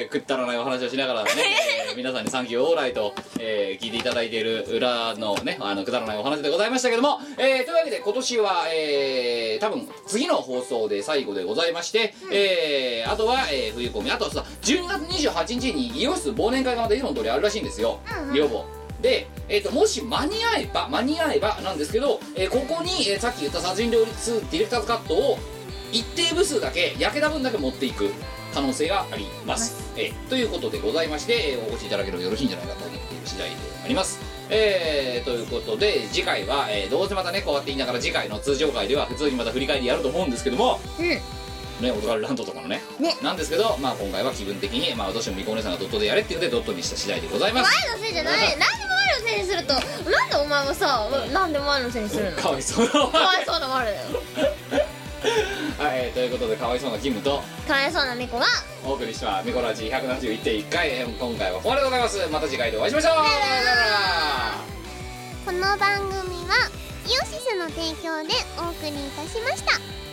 えー、くったらないお話をしながらね、えー、皆さんにサンキューオーライと、えー、聞いていただいている裏のね、あのくだらないお話でございましたけども、えー、というわけで今年は、えー、多分次の放送で最後でございまして、うん、えー、あとは、えー、冬込み、あとはさじゅうにがつにじゅうはちにちにイオシス忘年会がまたいつもの通りあるらしいんですよ、うんうん、両方で、えー、ともし間に合えば間に合えばなんですけど、えー、ここに、えー、さっき言った殺人料理ツーディレクターズカットを一定部数だけ焼けた分だけ持っていく可能性があります、えー、ということでございまして、えー、お越しいただければよろしいんじゃないかと思っている次第であります、えー、ということで次回は、えー、どうせまたねこうやって言いながら次回の通常回では普通にまた振り返りやると思うんですけども、うんね、オトガルランドとかの ね, ねなんですけど、まあ、今回は気分的に、まあ、どうしてもみこお姉さんがドットでやれっていうのでドットにした次第でございます。 前のせいじゃない、何でも前のせいにするとなんでお前はさ、うん、何でも前のせいにするの。 かわいそうなかわいそうな我だよはい、ということでかわいそうなキムとかわいそうなミコがお送りしたミコラジひゃくななじゅういってんいっかい、今回はここまででございます。また次回でお会いしましょう。 この番組はイオシスの提供でお送りいたしました。